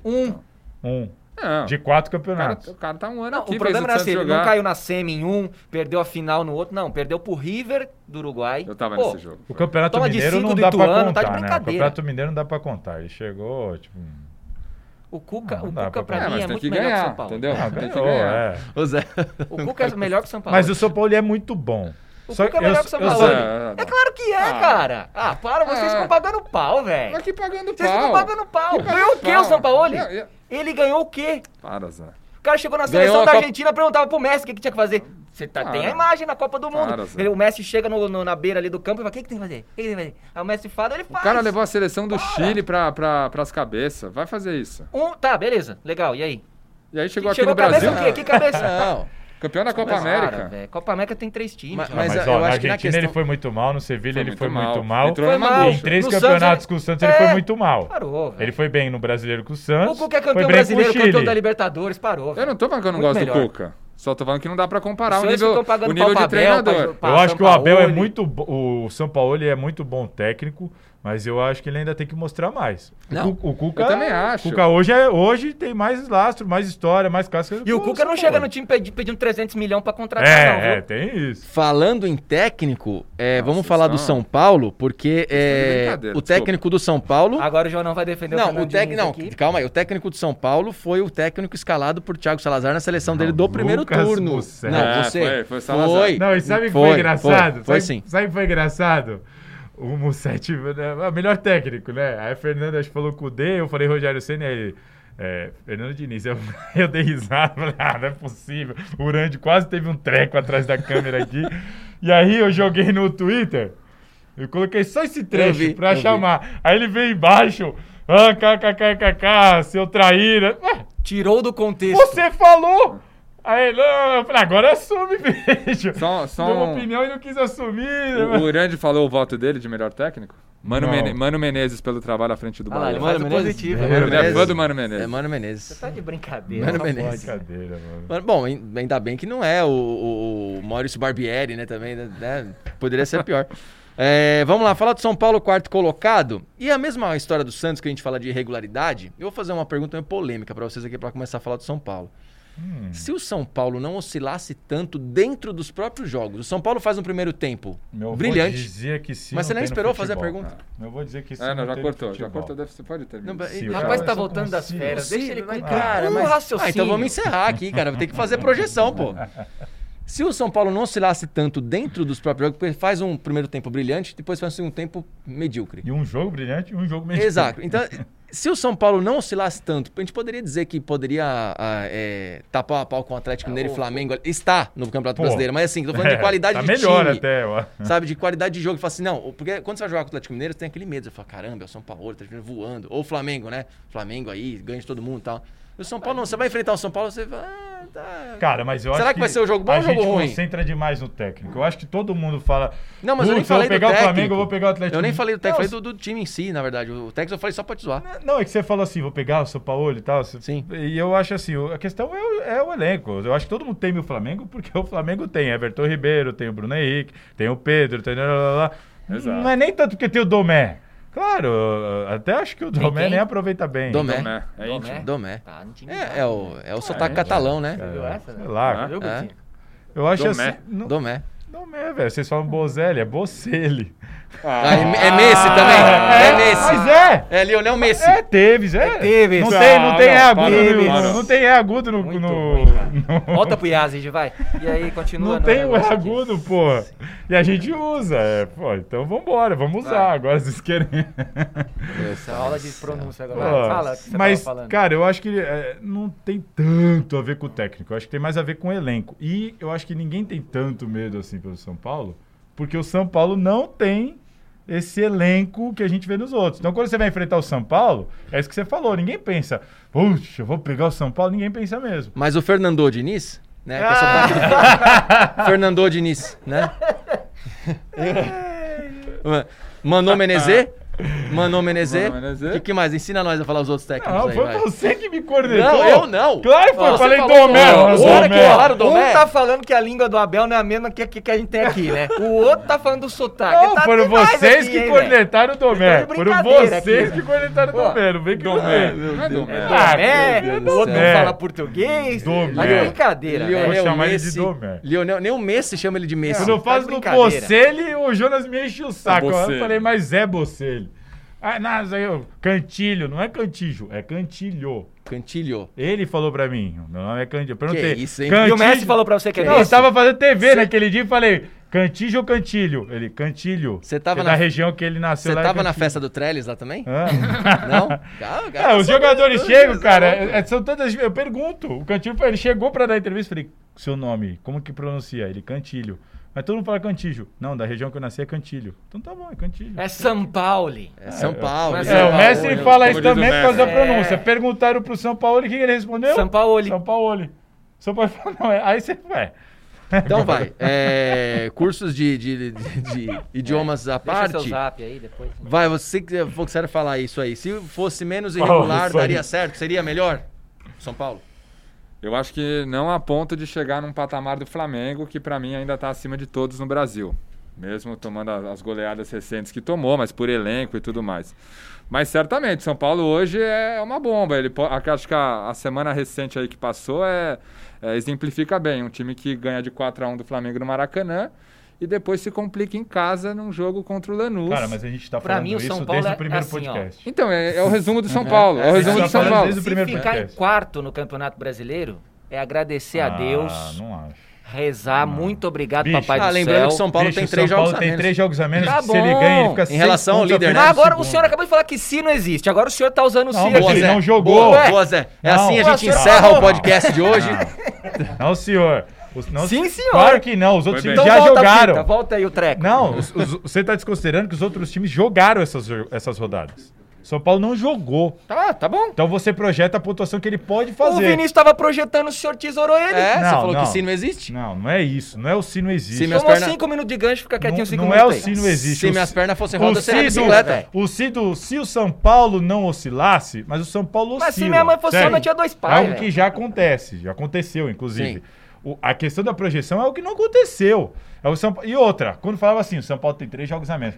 Não. De 4 campeonatos. O cara tá um ano aqui. O problema não é assim, ele não caiu na semi em um, perdeu a final no outro. Não, perdeu pro River do Uruguai. Eu tava nesse jogo. O Campeonato Mineiro não dá pra contar, né? O Campeonato Mineiro não dá pra contar. Ele chegou, tipo... O Cuca pra mim é muito melhor que o São Paulo. Entendeu? Tem que ganhar. O Cuca é melhor que o São Paulo. Mas o São Paulo é muito bom. O Cuca é melhor que o São Paulo. É claro que é, cara. Vocês ficam pagando pau, velho. Aqui pagando pau. Vocês ficam pagando pau. Ganhou o quê o São Paulo? Ele ganhou o quê? Para, Zé. O cara chegou na seleção da Argentina e perguntava pro Messi o que tinha que fazer. Você tem a imagem na Copa do Mundo. O Messi chega na beira ali do campo e fala, o que tem que fazer? Aí o Messi fala, ele faz. O cara levou a seleção do Chile pras cabeças. Vai fazer isso. Tá, beleza. Legal. E aí? E aí chegou aqui no Brasil. Cabeça o quê? Que cabeça? Não. Campeão da Copa América. Copa América tem 3 times. Mas eu na acho que Argentina ele foi muito mal, no Sevilha ele foi muito mal. Entrou mal. Em 3 campeonatos com o Santos ele foi muito mal. Parou, velho. Ele foi bem no Brasileiro com o Santos. O Cuca é campeão brasileiro, campeão da Libertadores, parou. Eu não tô falando que eu não gosto do Cuca. Só tô falando que não dá pra comparar o nível de treinador. Eu acho que o Abel é muito... O São Paulo é muito bom técnico. Mas eu acho que ele ainda tem que mostrar mais. Não, O Cuca, eu também acho. O Cuca hoje tem mais lastro, mais história, mais casca. E o Cuca não chega no time pedindo 300 milhões pra contratar, não, viu? Tem isso. Falando em técnico, vamos falar do São Paulo, porque o técnico do São Paulo... Agora o João não vai defender o técnico. Calma aí. O técnico do São Paulo foi o técnico escalado por Thiago Salazar na seleção dele do primeiro turno. Musset. Não, você... Foi Salazar. Não, e sabe o que foi engraçado? Foi sim. Sabe o que foi engraçado? O Musset, o melhor técnico, né? Aí a Fernanda acho que falou com o D, eu falei Rogério Ceni, aí ele... Fernando Diniz, eu dei risada, falei, não é possível. O Urandi quase teve um treco atrás da câmera aqui. E aí eu joguei no Twitter, eu coloquei só esse trecho pra chamar. Aí ele veio embaixo, kkkk, seu traíra. Tirou do contexto. Você falou! Aí, não, eu falei, agora assume, bicho. Só Deu uma opinião e não quis assumir. O Urandi falou o voto dele de melhor técnico? Mano Menezes pelo trabalho à frente do Bahia. Mano Positivo. Ele é fã do Mano Menezes. É Mano Menezes. Você tá de brincadeira. Mano Menezes. Brincadeira, mano. Bom, ainda bem que não é o Maurício Barbieri, né, também, né? Poderia ser pior. Vamos lá, falar do São Paulo, quarto colocado. E a mesma história do Santos, que a gente fala de irregularidade, eu vou fazer uma pergunta meio polêmica pra vocês aqui, pra começar a falar do São Paulo. Se o São Paulo não oscilasse tanto dentro dos próprios jogos, o São Paulo faz um primeiro tempo brilhante. Dizer que sim, mas você nem esperou fazer a pergunta. Eu vou dizer que sim. Já cortou, você pode terminar. O rapaz tá voltando das férias, deixa ele com cara, um raciocínio. Então vamos encerrar aqui, cara, vou ter que fazer projeção, pô. Se o São Paulo não oscilasse tanto dentro dos próprios jogos, porque faz um primeiro tempo brilhante, depois faz um tempo medíocre. E um jogo brilhante e um jogo medíocre. Exato. Então, se o São Paulo não oscilasse tanto, a gente poderia dizer que poderia estar pau a pau com o Atlético Mineiro e Flamengo. Está no Campeonato Brasileiro, mas assim, tô falando de qualidade de melhor time. Até, ó. Sabe, de qualidade de jogo. Fala assim, não, porque quando você vai jogar com o Atlético Mineiro, você tem aquele medo. Você fala, caramba, é o São Paulo, tá voando. Ou o Flamengo, né? Flamengo aí, ganha de todo mundo e tal. E o São Paulo não, você vai enfrentar o São Paulo, você vai... Tá. Cara, mas eu Será acho que vai ser o jogo bom ou o jogo ruim? A gente concentra demais no técnico. Eu acho que todo mundo fala... Não, mas eu nem falei do técnico. Eu vou pegar o Flamengo, eu vou pegar o Atlético. Eu nem falei do técnico, falei do time em si, na verdade. O técnico eu falei só pra te zoar. Não, é que você falou assim, vou pegar o São Paulo e tal. Sim. E eu acho assim, a questão é o elenco. Eu acho que todo mundo teme o Flamengo, porque o Flamengo tem Everton Ribeiro, tem o Bruno Henrique, tem o Pedro, tem... Exato. Não é nem tanto porque tem o Domé. Claro, até acho que o Domé nem aproveita bem. Domé. É íntimo. Domé. Tá, É o sotaque catalão, né? Você viu essa? Sei lá. Eu acho Domé. assim... Domé. Domé, velho. Vocês falam Bozelli, é Bocelli. É Messi também. É Messi. Mas é. É Lionel Messi. Teves. Teves. Não tem agudo no... Muito ruim, volta pro Yazid, vai. E aí, continua. Não tem o agudo, pô. E a gente usa. Pô, então vambora, vamos usar. Agora vocês querem... Essa aula de pronúncia agora. Fala o que você mas, tava falando. cara, eu acho que não tem tanto a ver com o técnico. Eu acho que tem mais a ver com o elenco. E eu acho que ninguém tem tanto medo assim pelo São Paulo, porque o São Paulo não tem esse elenco que a gente vê nos outros. Então, quando você vai enfrentar o São Paulo, é isso que você falou. Ninguém pensa, puxa, eu vou pegar o São Paulo. Ninguém pensa mesmo. Mas o Fernando Diniz, né? Fernando Diniz, né? Mano Menezes. O que mais? Ensina nós a falar os outros técnicos não, aí, foi vai. você que me coordenou. Não, eu não. Claro que foi, eu falei falou Domé. Os caras que falaram Domé. Um tá falando que a língua do Abel não é a mesma que a gente tem aqui, né? O outro tá falando do sotaque. Não, tá foram vocês aqui, que cornetaram o Domé. Foram vocês que cornetaram o Domé. Não vem que Domé. Não é Domé. O outro não fala português. Domé. É brincadeira. Vou chamar ele de Domé. Nem o Messi chama ele de Messi. Quando eu falo do Bocelli, o Jonas me enche o saco. Eu falei, mas é Bocelli. Cantilho, não é Cantijo, é Cantilho. Cantilho. Ele falou pra mim, meu nome é Cantilho. Eu perguntei, que isso, hein? E o Messi falou pra você que é Não, eu tava fazendo TV naquele dia e falei, Cantijo ou Cantilho? Ele, Cantilho. Você tava na região que ele nasceu. Você tava na festa do Trellis lá também? Não? Os jogadores chegam, cara, são tantas... Eu pergunto, o Cantilho, ele chegou pra dar entrevista, falei, seu nome, como que pronuncia? Ele, Cantilho. Mas todo mundo fala Cantilho. Não, da região que eu nasci é Cantilho. Então tá bom, é Cantilho. É São Paulo. É São Paulo. O Messi fala isso também por causa da pronúncia. Perguntaram pro São Paulo, o que ele respondeu? São Paulo. São Paulo falou, não, aí você vai. Então vai. Cursos de idiomas à parte. Deixa seu zap aí depois. Vai, você que você falar isso aí. Se fosse menos irregular, daria certo? Seria melhor? São Paulo? Eu acho que não a ponto de chegar num patamar do Flamengo, que pra mim ainda tá acima de todos no Brasil. Mesmo tomando as goleadas recentes que tomou, mas por elenco e tudo mais. Mas certamente, São Paulo hoje é uma bomba. Acho que a semana recente aí que passou exemplifica bem. Um time que ganha de 4-1 do Flamengo no Maracanã e depois se complica em casa num jogo contra o Lanús. Cara, mas a gente tá falando mim, o São isso Paulo desde o primeiro assim, podcast. Então, é o resumo do São Paulo. É o resumo do São Paulo. Desde o primeiro Se ficar em podcast. quarto no Campeonato Brasileiro, é agradecer a Deus, Não acho. rezar, muito obrigado, Bicho, Papai do lembrando céu. que o São Paulo tem 3 São Paulo jogos a tem menos. 3 jogos a menos. Tá Se ele bom. ganha, ele fica Em 6 relação ao pontos à líder, frente né? do Agora o segundo. senhor acabou de falar que se não existe. Agora o senhor tá usando o Não, se mas aqui. ele Zé. não jogou. Boa, Zé. É Não. assim a gente Boa, encerra senhor. o podcast de hoje. Não, senhor. Sim, senhor. Claro que não. Os outros Foi times bem. já Então volta a jogaram. fita, volta aí o treco. Não, você está desconsiderando que os outros times jogaram essas rodadas. São Paulo não jogou. Tá bom. Então você projeta a pontuação que ele pode O fazer. Vinícius tava projetando, o senhor tesourou ele. É, você Não, falou não. que sim não existe. Não é isso. Não é o se não existe. Se minhas Tomou pernas- 5 minutos de gancho, fica quietinho 5 Não minutos é o aí. se não existe. Se minhas pernas fossem o rodas, você era Cido- bicicleta. se o São Paulo não oscilasse, mas o São Paulo oscila. Mas se minha mãe fosse sério. homem, eu tinha 2 pais, Algo velho. que já acontece, já aconteceu, inclusive. Sim. A questão da projeção é o que não aconteceu. E outra, quando falava assim, o São Paulo tem 3 jogos a menos.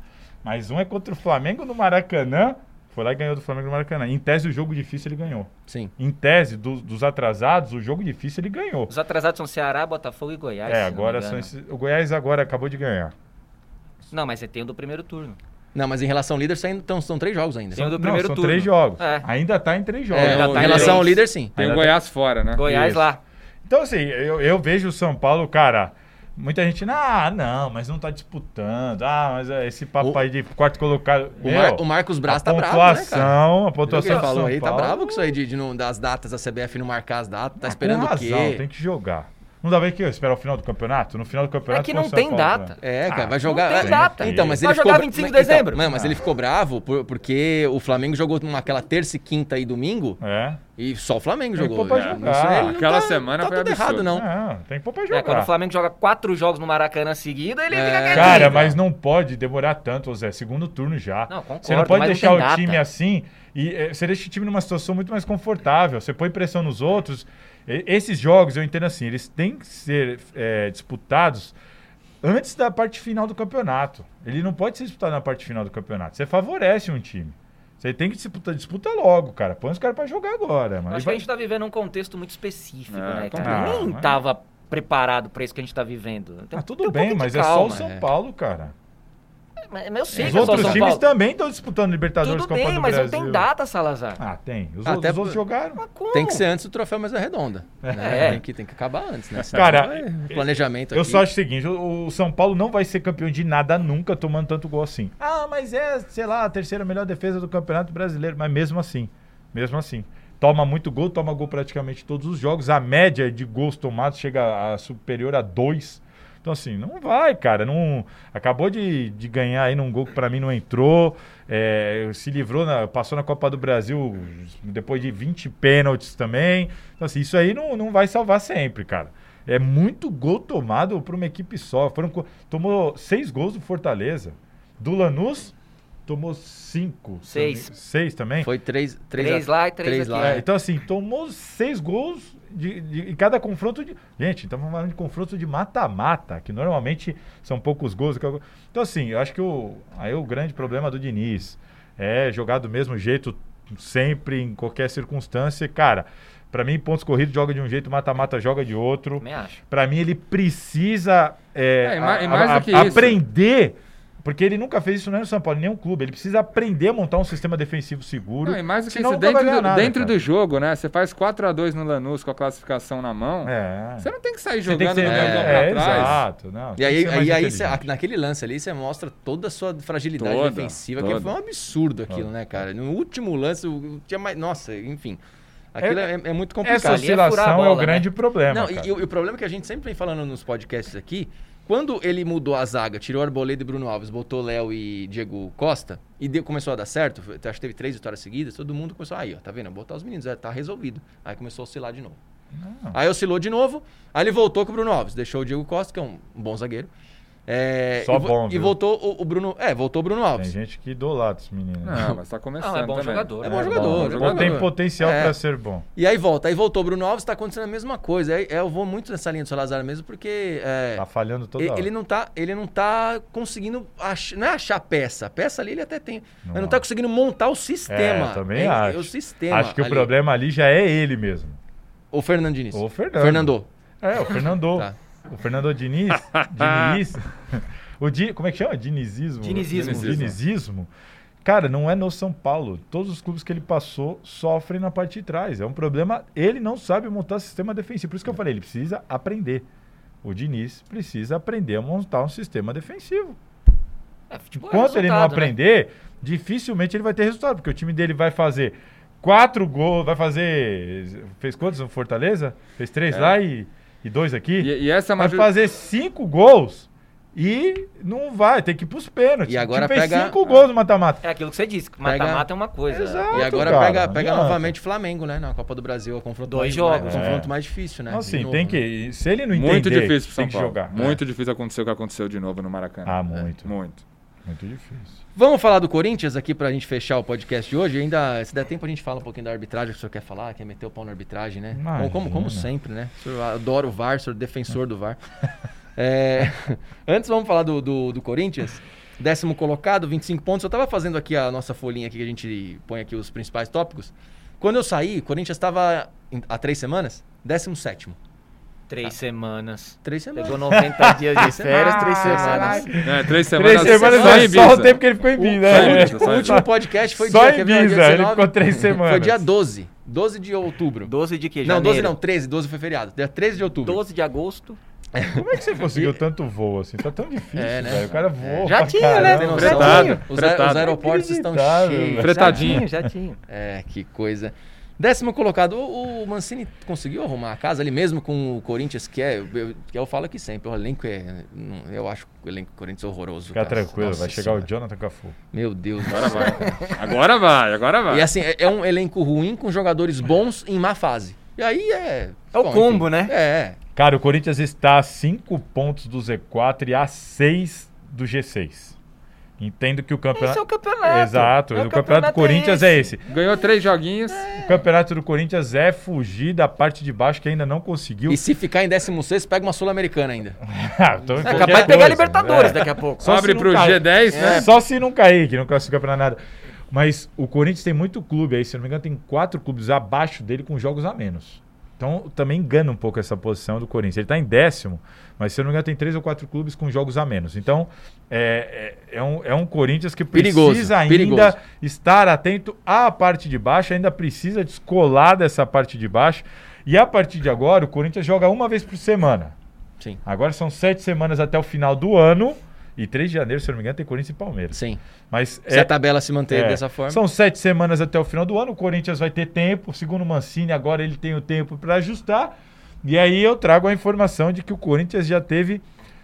Mas um é contra o Flamengo no Maracanã. Foi lá e ganhou do Flamengo no Maracanã. Em tese, o jogo difícil ele ganhou. Sim. Em tese, dos atrasados, o jogo difícil ele ganhou. Os atrasados são Ceará, Botafogo e Goiás. se não me Agora engano. são esses. O Goiás agora acabou de ganhar. Não, mas você tem o do primeiro turno. Não, mas em relação ao líder, então, são 3 jogos ainda. Tem o do Não, primeiro são turno. 3 jogos. É. Ainda tá em 3 jogos. É, Ainda em tá em relação ao três. líder, sim. Tem o Ainda Goiás fora, né? Goiás Isso. lá. Então, assim, eu vejo o São Paulo, cara. Muita gente, não, mas não tá disputando. Mas esse papo aí de quarto colocado. O Marcos Braz a tá bravo, né, cara? pontuação, a Pelo que pontuação ele do falou São aí, tá Paulo, bravo com isso aí das datas, a CBF não marcar as datas, tá com esperando o razão, quê? tem que jogar. Não dá ver que esperar o final do campeonato? No final do campeonato É que com o não São tem Paulo, data. né? É, cara, vai jogar. não tem data. Então, mas Vai ele ficou jogar 25 de dezembro. Mas ele ficou bravo porque o Flamengo jogou aquela terça e quinta e domingo É. e só o Flamengo Tem que jogou. pôr pra É, jogar. isso aí não Aquela tá, semana tá foi tudo absurdo. errado, não. Tem que pôr pra Quando jogar. o Flamengo joga 4 jogos no Maracanã seguido, ele fica quietinho. Cara, mas não pode demorar tanto, Zé. Segundo turno já. Não, concordo, você não pode mas não deixar tem o data. time assim e você deixa o time numa situação muito mais confortável. Você põe pressão nos outros. Esses jogos, eu entendo assim, eles têm que ser disputados antes da parte final do campeonato. Ele não pode ser disputado na parte final do campeonato. Você favorece um time. Você tem que disputa logo, cara. Põe os caras pra jogar agora, mano. Acho que a gente tá vivendo um contexto muito específico, né, cara? complicado. Nem tava preparado pra isso que a gente tá vivendo. Tem tudo tem um bem, pouquinho mas de é só o calma. São Paulo, cara. Mas eu sei Os que é só o outros São times Paulo. também estão disputando Libertadores Tudo Copa bem, do mas Brasil. não tem data, Salazar. Tem. Os Até outros jogaram. Mas como? Tem que ser antes do troféu Mesa Redonda. É. Tem que acabar antes, né? Senão Cara, o planejamento Eu aqui. só acho o seguinte, o São Paulo não vai ser campeão de nada nunca tomando tanto gol assim. Mas sei lá, a terceira melhor defesa do Campeonato Brasileiro. Mas mesmo assim. Toma muito gol, toma gol praticamente todos os jogos. A média de gols tomados chega a superior a 2. Então, assim, não vai, cara. Não, acabou de ganhar aí num gol que pra mim não entrou. Se livrou, passou na Copa do Brasil depois de 20 pênaltis também. Então, assim, isso aí não vai salvar sempre, cara. É muito gol tomado por uma equipe só. Tomou 6 gols do Fortaleza. Do Lanús, tomou 5. 6. 6 também? Foi 3 lá e 3 aqui. Então, assim, tomou 6 gols em cada confronto. Gente, estamos falando de confronto de mata-mata, que normalmente são poucos gols. Então, assim, eu acho que o grande problema do Diniz é jogar do mesmo jeito sempre, em qualquer circunstância. Cara, pra mim, pontos corridos joga de um jeito, mata-mata joga de outro. Também acho. Pra mim, ele precisa mais do que isso. aprender. Porque ele nunca fez isso, não é no São Paulo, em nenhum clube. Ele precisa aprender a montar um sistema defensivo seguro. Não, e mais do que senão isso, nunca vai ganhar nada, dentro cara. do jogo, né? Você faz 4-2 no Lanús com a classificação na mão. Você não tem que sair Você tem jogando que no ser- campo pra trás. Exato. Não, E tem aí, que ser mais inteligente. naquele lance ali, você mostra toda a sua fragilidade Toda, defensiva, toda. que foi um absurdo aquilo, né, cara? No último lance, tinha mais. Nossa, enfim. Aquilo é muito complicado. Essa Ali é furar a oscilação é o bola, grande problema. Não, cara. e o problema é que a gente sempre vem falando nos podcasts aqui, quando ele mudou a zaga, tirou Arboleda e Bruno Alves, botou Léo e Diego Costa, e começou a dar certo, acho que teve 3 vitórias seguidas, todo mundo começou, aí, ó, tá vendo? Botar os meninos, tá resolvido. Aí começou a oscilar de novo. Aí oscilou de novo, aí ele voltou com o Bruno Alves, deixou o Diego Costa, que é um bom zagueiro, Só bom, E viu? voltou o Bruno. Voltou o Bruno Alves. Tem gente que idolatra esse menino. Não, mas tá começando Não, é bom também. jogador. É bom jogador. Ou tem potencial É. pra ser bom. E aí voltou o Bruno Alves, tá acontecendo a mesma coisa. Eu vou muito nessa linha do Salazar mesmo, porque Tá falhando toda hora. ele não tá conseguindo não é achar peça. A peça ali ele até tem. Mas não tá conseguindo montar o sistema. Também acho. O sistema. Acho que o ali. problema ali já é ele mesmo. O Fernando Diniz. O Fernando. Fernando. O Fernando. Tá. O Fernando Diniz. Como é que chama? Dinizismo. Dinizismo. Cara, não é no São Paulo. Todos os clubes que ele passou sofrem na parte de trás. É um problema. Ele não sabe montar sistema defensivo. Por isso que eu falei, ele precisa aprender. O Diniz precisa aprender a montar um sistema defensivo. Futebol Enquanto ele não resultado, aprender, dificilmente ele vai ter resultado. Porque o time dele vai fazer 4 gols, vai fazer... Fez quantos no Fortaleza? Fez 3 lá e 2 aqui. E essa vai fazer 5 gols e não vai, tem que ir pros pênaltis. E agora o time fez pega- 5 gols no mata-mata. É aquilo que você disse, que mata-mata é uma coisa. Exato. E agora cara, pega não adianta. novamente o Flamengo, né? Na Copa do Brasil. É o confronto 2 mais, jogos. o confronto mais difícil, né? Então, De assim, novo, tem né? que... Se ele não entender, Muito difícil pro São tem que Paulo. jogar. Muito difícil acontecer o que aconteceu de novo no Maracanã. Ah, muito. Muito. Muito difícil. Vamos falar do Corinthians aqui pra gente fechar o podcast de hoje. Ainda, se der tempo, a gente fala um pouquinho da arbitragem que o senhor quer falar, quer meter o pau na arbitragem, né? Imagina. Como sempre, né? O senhor adora o VAR, o senhor é defensor do VAR. Antes, vamos falar do Corinthians. 10º colocado, 25 pontos. Eu tava fazendo aqui a nossa folhinha aqui, que a gente põe aqui os principais tópicos. Quando eu saí, o Corinthians estava há 3 semanas, 17º. 3 semanas. 3 semanas. Pegou 90 dias de férias, 3 semanas. 3 semanas. 3 semanas só em é Ibiza. só o tempo que ele ficou em Ibiza. Só em né? Ibiza, O último podcast foi Só dia, em quer ver, dia Ibiza, ele 19? ficou 3 semanas. Foi dia 12. 12 de outubro. 12 de que? Não, Janeiro? 12 não, 13. 12 foi feriado. Dia 13 de outubro. 12 de agosto. Como é que você conseguiu tanto voo assim? Tá tão difícil, É, né? velho. O cara voa. Já pra tinha, né? Tem caramba. noção? Fretado, Os fretado. aeroportos estão Inacreditável, cheios. velho. Fretadinho. Já tinha. Que coisa. 10º colocado, o Mancini conseguiu arrumar a casa ali mesmo com o Corinthians, que eu falo aqui sempre, o elenco eu acho o elenco do Corinthians horroroso. Fica cara. tranquilo, Nossa vai chegar o Senhora. Jonathan Cafu. Meu Deus. Agora vai. Agora vai. E assim, é um elenco ruim com jogadores bons em má fase. E aí É o combo, né? Cara, o Corinthians está a 5 pontos do Z4 e a 6 do G6. Entendo que o campeonato... Esse é o campeonato. Exato, o campeonato do Corinthians é esse. Ganhou 3 joguinhos. O campeonato do Corinthians é fugir da parte de baixo que ainda não conseguiu. E se ficar em 16º, pega uma Sul-Americana ainda. Então, É qualquer capaz de pegar coisa, Libertadores é. daqui a pouco. Só Abre se pro não cair. G10, né? Só se não cair, que não classifica pra nada. Mas o Corinthians tem muito clube aí, se eu não me engano, tem 4 clubes abaixo dele com jogos a menos. Então também engana um pouco essa posição do Corinthians. Ele tá em 10º, mas se eu não me engano tem 3 ou 4 clubes com jogos a menos. Então é um Corinthians que Perigoso, precisa ainda perigoso. estar atento à parte de baixo, ainda precisa descolar dessa parte de baixo. E a partir de agora o Corinthians joga uma vez por semana. Sim. Agora são 7 semanas até o final do ano. E 3 de janeiro, se eu não me engano, tem Corinthians e Palmeiras. Sim. Mas Se a tabela se manter dessa forma. São 7 semanas até o final do ano. O Corinthians vai ter tempo. Segundo o Mancini, agora ele tem o tempo para ajustar. E aí eu trago a informação de que o Corinthians já teve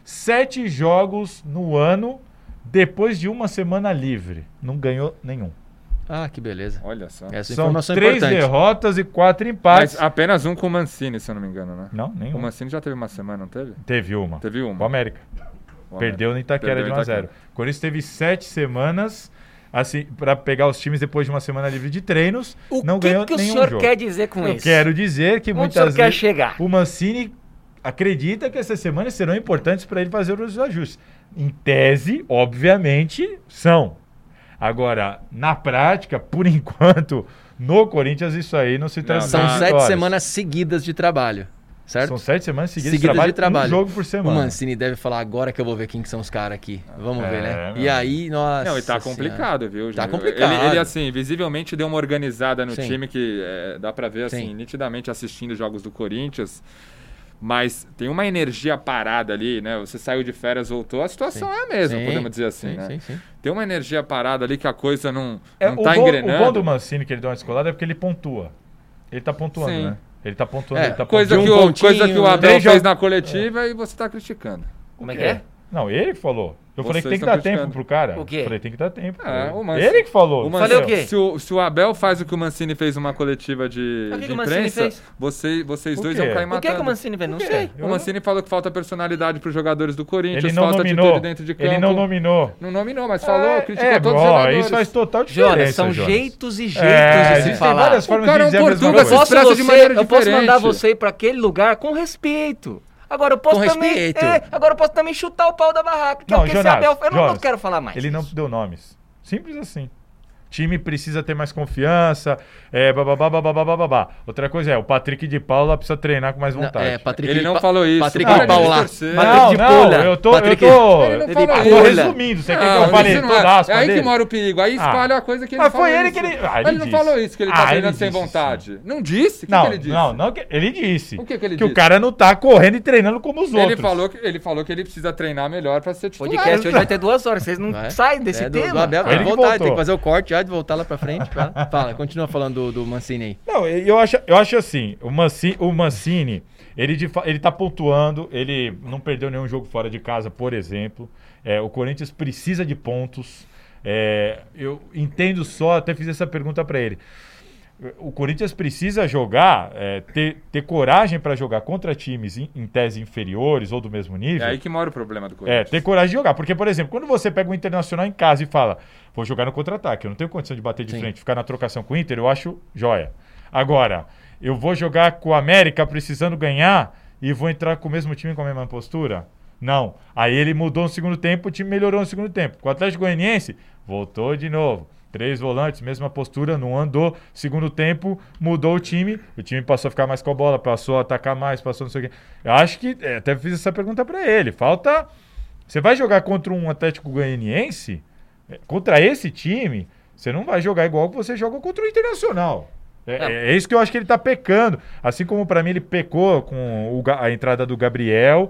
7 jogos no ano depois de uma semana livre. Não ganhou nenhum. Ah, que beleza. Olha só. Essa São informação é 3 importante. derrotas e 4 empates. Mas apenas um com o Mancini, se eu não me engano, né? Não, O nenhum. Mancini já teve uma semana, não teve? Teve uma. Teve uma. O América. Perdeu no Itaquera de 1-0. O Corinthians teve 7 semanas assim, para pegar os times depois de uma semana livre de treinos. Não ganhou que o nenhum senhor jogo. quer dizer com Eu isso? quero dizer que Onde muitas o senhor quer vezes chegar? o Mancini acredita que essas semanas serão importantes para ele fazer os ajustes. Em tese, obviamente, são. Agora, na prática, por enquanto, no Corinthians isso aí não se traduz São em 7 vitórias. semanas seguidas de trabalho. Certo? São 7 semanas seguidas Seguidas de trabalho, um jogo por O semana. Mancini deve falar agora que eu vou ver quem que são os caras aqui. Vamos ver, né? meu E aí, nossa. Não, e tá Senhora. complicado, viu? Tá Júnior? complicado. Ele, assim, visivelmente deu uma organizada no Sim. time que dá pra ver, assim, Sim. nitidamente assistindo os jogos do Corinthians. Mas tem uma energia parada ali, né? Você saiu de férias, voltou, a situação é a mesma, Sim, podemos dizer assim, sim, né? sim, sim. Tem uma energia parada ali que a coisa não O tá bom engrenando. do Mancini que ele deu uma descolada é porque ele pontua. Ele tá pontuando, Sim. né? Ele tá pontuando, É, ele tá Coisa, pontuando. que o Abel 3 fez jogos- na coletiva e você tá criticando. Como é que é? Não, ele falou. Eu falei que Vocês tem que dar estão tempo pro cara. O quê? Eu falei tem que dar tempo. O Mancini- Ele que falou. Falei o quê? Se o Abel faz o que o Mancini fez numa coletiva de O que o Mancini imprensa, fez? vocês O dois quê? vão cair O que matando. o Mancini fez? Não quê? sei. O Mancini falou que falta personalidade pros jogadores do Corinthians, Ele não falta nominou. atitude dentro de campo. Ele não nominou. Não nominou, mas falou, criticou todos os ó, jogadores. isso faz total diferença, Jonas, são Jonas. jeitos e jeitos de se Existem falar. várias formas cara de é um dizer a mesma Portuga, coisa. se expressa de maneira Eu posso mandar diferente. você ir pra aquele lugar com respeito. Agora eu posso Com também. respeito. Agora eu posso também chutar o pau da barraca. Que é o que esse Jonas, Abel. Eu não Jonas, quero falar mais. Ele não disso. deu nomes. Simples assim. Time precisa ter mais confiança, babá. Outra coisa o Patrick de Paula precisa treinar com mais vontade. Patrick Ele não Pa- falou isso. Patrick Para de Paula. distorcer. Patrick de Paula. eu tô Ele não falou tô isso. resumindo. Você quer que Não, eu fale isso não toda a é aspa aí dele? que mora o perigo. Aí espalha a coisa que ele Mas falou. foi ele isso. que ele... Ele não disse. falou isso, que ele tá treinando sem disse vontade. sim. Não disse? O que Não, ele disse? não, ele disse. O que ele Que o disse? cara não tá correndo e treinando como os outros. Ele falou que ele precisa treinar melhor pra ser titular. Podcast hoje vai ter 2 horas. Vocês não Vai. saem desse Do tema. Abel, Ele vai que voltar, voltou. tem que fazer o corte já de voltar lá pra frente. Fala, continua falando do Mancini aí. Não, eu acho assim, o Mancini, ele tá pontuando, ele não perdeu nenhum jogo fora de casa, por exemplo. O Corinthians precisa de pontos. Eu entendo só, até fiz essa pergunta pra ele. O Corinthians precisa jogar, ter coragem pra jogar contra times em tese inferiores ou do mesmo nível. É aí que mora o problema do Corinthians. Ter coragem de jogar. Porque, por exemplo, quando você pega o Internacional em casa e fala, vou jogar no contra-ataque, eu não tenho condição de bater de Sim. frente, ficar na trocação com o Inter, eu acho joia. Agora, eu vou jogar com o América precisando ganhar e vou entrar com o mesmo time com a mesma postura? Não. Aí ele mudou no segundo tempo, o time melhorou no segundo tempo. Com o Atlético Goianiense, voltou de novo. 3 volantes, mesma postura, não andou. Segundo tempo, mudou o time passou a ficar mais com a bola, passou a atacar mais, passou não sei o quê. Eu acho que, até fiz essa pergunta pra ele, falta... Você vai jogar contra um Atlético Goianiense, contra esse time, você não vai jogar igual que você joga contra o Internacional. É isso que eu acho que ele tá pecando. Assim como pra mim ele pecou com a entrada do Gabriel,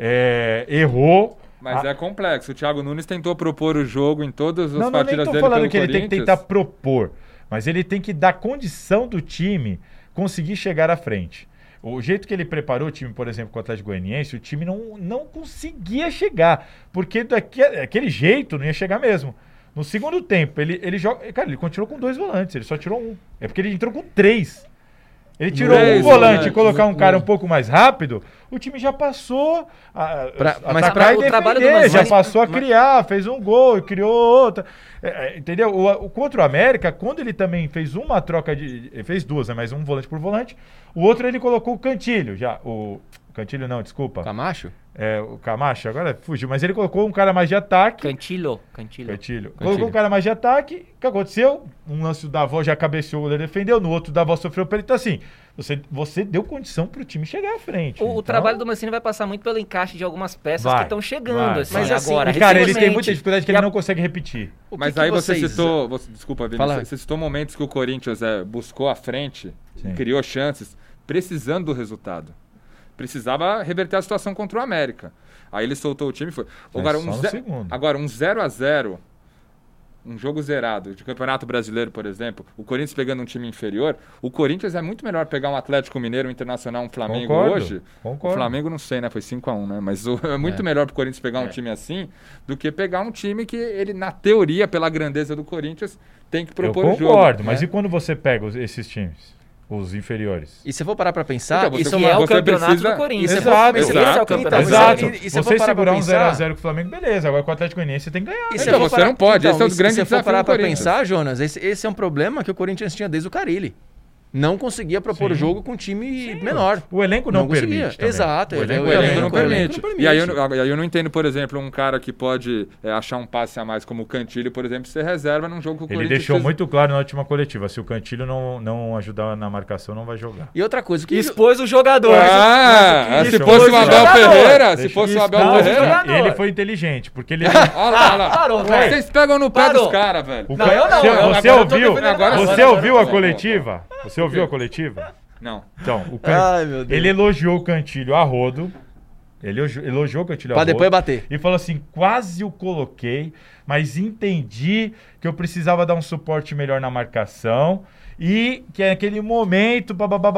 errou... Mas é complexo. O Thiago Nunes tentou propor o jogo em todas as nem partidas tô dele falando pelo que ele tem que Corinthians. tentar propor, mas ele tem que dar condição do time conseguir chegar à frente. O jeito que ele preparou o time, por exemplo, com o Atlético Goianiense, o time não conseguia chegar, porque daquele jeito não ia chegar mesmo. No segundo tempo, ele joga... Cara, ele continuou com 2 volantes, ele só tirou 1. É porque ele entrou com 3. Ele tirou 3 um volante volantes, e colocar um cara um pouco mais rápido, o time já passou a mas atacar e o trabalho do defender, já Mancini- passou a criar, fez um gol e criou outra. Entendeu? Contra o América, quando ele também fez uma troca fez 2, né? Mas um volante por volante, o outro ele colocou o Cantilho, já. O Cantilho não, desculpa. Camacho? O Camacho, agora fugiu, mas ele colocou um cara mais de ataque. Cantilho. Colocou um cara mais de ataque. O que aconteceu? Um lance do Davó já cabeceou, o goleiro defendeu. No outro, o Davó sofreu pelo. Então, assim, você deu condição pro time chegar à frente. O Então, trabalho do Mancini vai passar muito pelo encaixe de algumas peças Vai, que estão chegando. vai. Assim, Mas, assim, agora, E, cara, ele tem recentemente. muita dificuldade que ele não consegue repetir. Mas aí você vocês- citou... Desculpa, Vini. Fala. Você citou momentos que o Corinthians buscou a frente, Sim. criou chances, precisando do resultado. Precisava reverter a situação contra o América. Aí ele soltou o time e foi. Agora, só no segundo. agora, um 0-0, um jogo zerado de Campeonato Brasileiro, por exemplo, o Corinthians pegando um time inferior, o Corinthians é muito melhor pegar um Atlético Mineiro, um Internacional, um Flamengo Concordo, hoje. concordo. O Flamengo não sei, né? Foi 5-1, né? Mas é muito melhor pro Corinthians pegar um time assim do que pegar um time que ele, na teoria, pela grandeza do Corinthians, tem que Eu propor o jogo. concordo, mas né? e quando você pega esses times? Os inferiores? E se for parar pra pensar, Então, isso Que é é uma... o campeonato precisa- do Corinthians. Exato, Esse exato. é o campeonato. Exato. E se Você for parar segurar pra um pensar- 0x0 com o Flamengo, beleza. Agora com o Atlético Goianiense você tem que ganhar. E né? se Então, for você parar- não pode, esse é o e grande se for desafio parar do pra Corinthians. pensar, Jonas, esse é um problema que o Corinthians tinha desde o Carille. Não conseguia propor Sim. o jogo com um time menor. O elenco não conseguia. permite também. Exato. O elenco O elenco não o elenco permite. não permite. E aí eu não entendo, por exemplo, um cara que pode achar um passe a mais como o Cantilho, por exemplo, ser reserva num jogo que o Ele Corinthians deixou fez- muito claro na última coletiva, se o Cantilho não ajudar na marcação, não vai jogar. E outra coisa, que Expôs o jogador. Se Isso, fosse o isso, Abel jogador. Ferreira, se Deixa- fosse o Isso, Abel não, Ferreira... jogador. ele foi inteligente, porque ele... Olha lá, olha lá. Parou, velho. Vocês pegam no pé Parou. dos caras, velho. O Não, Ca- eu não, Você, eu- você agora eu tô ouviu, defendendo agora. você Agora, ouviu a agora. coletiva? Você ouviu a coletiva? Não. Então, Ai, meu Deus. ele elogiou o Cantilho a rodo, Ele elogiou o Cantilho Pra depois bater. E falou assim, quase o coloquei, mas entendi que eu precisava dar um suporte melhor na marcação e que é aquele momento,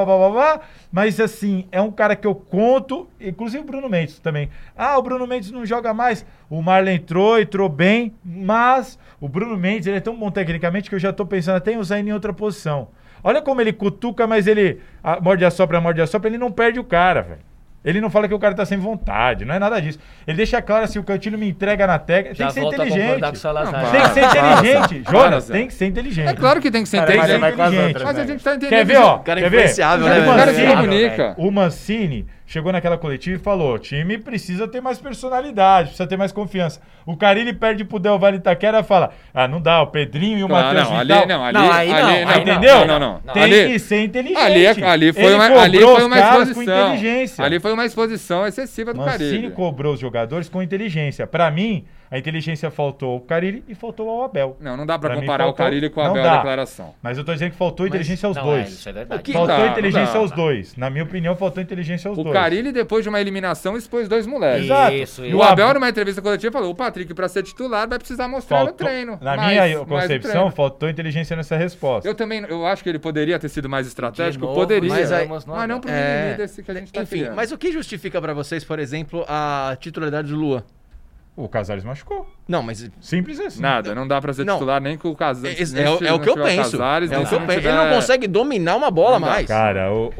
mas assim, é um cara que eu conto, inclusive o Bruno Mendes também. O Bruno Mendes não joga mais. O Marlon entrou bem, mas o Bruno Mendes, ele é tão bom tecnicamente que eu já tô pensando até em usar ele em outra posição. Olha como ele cutuca, mas ele morde a sopra, ele não perde o cara, velho. Ele não fala que o cara tá sem vontade, não é nada disso. Ele deixa claro assim, o Cantilho me entrega na técnica. Tem que ser inteligente. Tem que ser inteligente. Jonas, tem que ser inteligente. É claro que tem que ser inteligente. Mas a gente tá entendendo. Quer ver, ó? O cara é influenciável, né? O cara se comunica. O Mancini chegou naquela coletiva e falou, o time precisa ter mais personalidade, precisa ter mais confiança. O Carille perde pro Del Valle Itaquera e fala, não dá, o Pedrinho e o Matheus Vital. Entendeu? Não. Tem que ser inteligente. Ali foi uma exposição. Ali foi uma exposição excessiva do Carille. Mancini cobrou os jogadores com inteligência. Pra mim, a inteligência faltou ao Carille e faltou ao Abel. Não dá pra comparar o Carille com o Abel na declaração. Mas eu tô dizendo que faltou inteligência aos dois. Isso é verdade. Faltou inteligência aos dois. Na minha opinião, faltou inteligência aos dois. O Carille, depois de uma eliminação, expôs 2 moleques. Exato. E o Abel, numa entrevista coletiva, falou, o Patrick, pra ser titular, vai precisar mostrar no treino. Na minha concepção, faltou inteligência nessa resposta. Eu acho que ele poderia ter sido mais estratégico, poderia. Mas não pro mimimi desse que a gente tá criando. Mas o que justifica pra vocês, por exemplo, a titularidade do Luan? O Casares machucou. Não, mas... Simples assim. Nada, não dá pra ser titular nem com o Casares. É o que eu penso. Ele não consegue dominar uma bola mais. Cara, o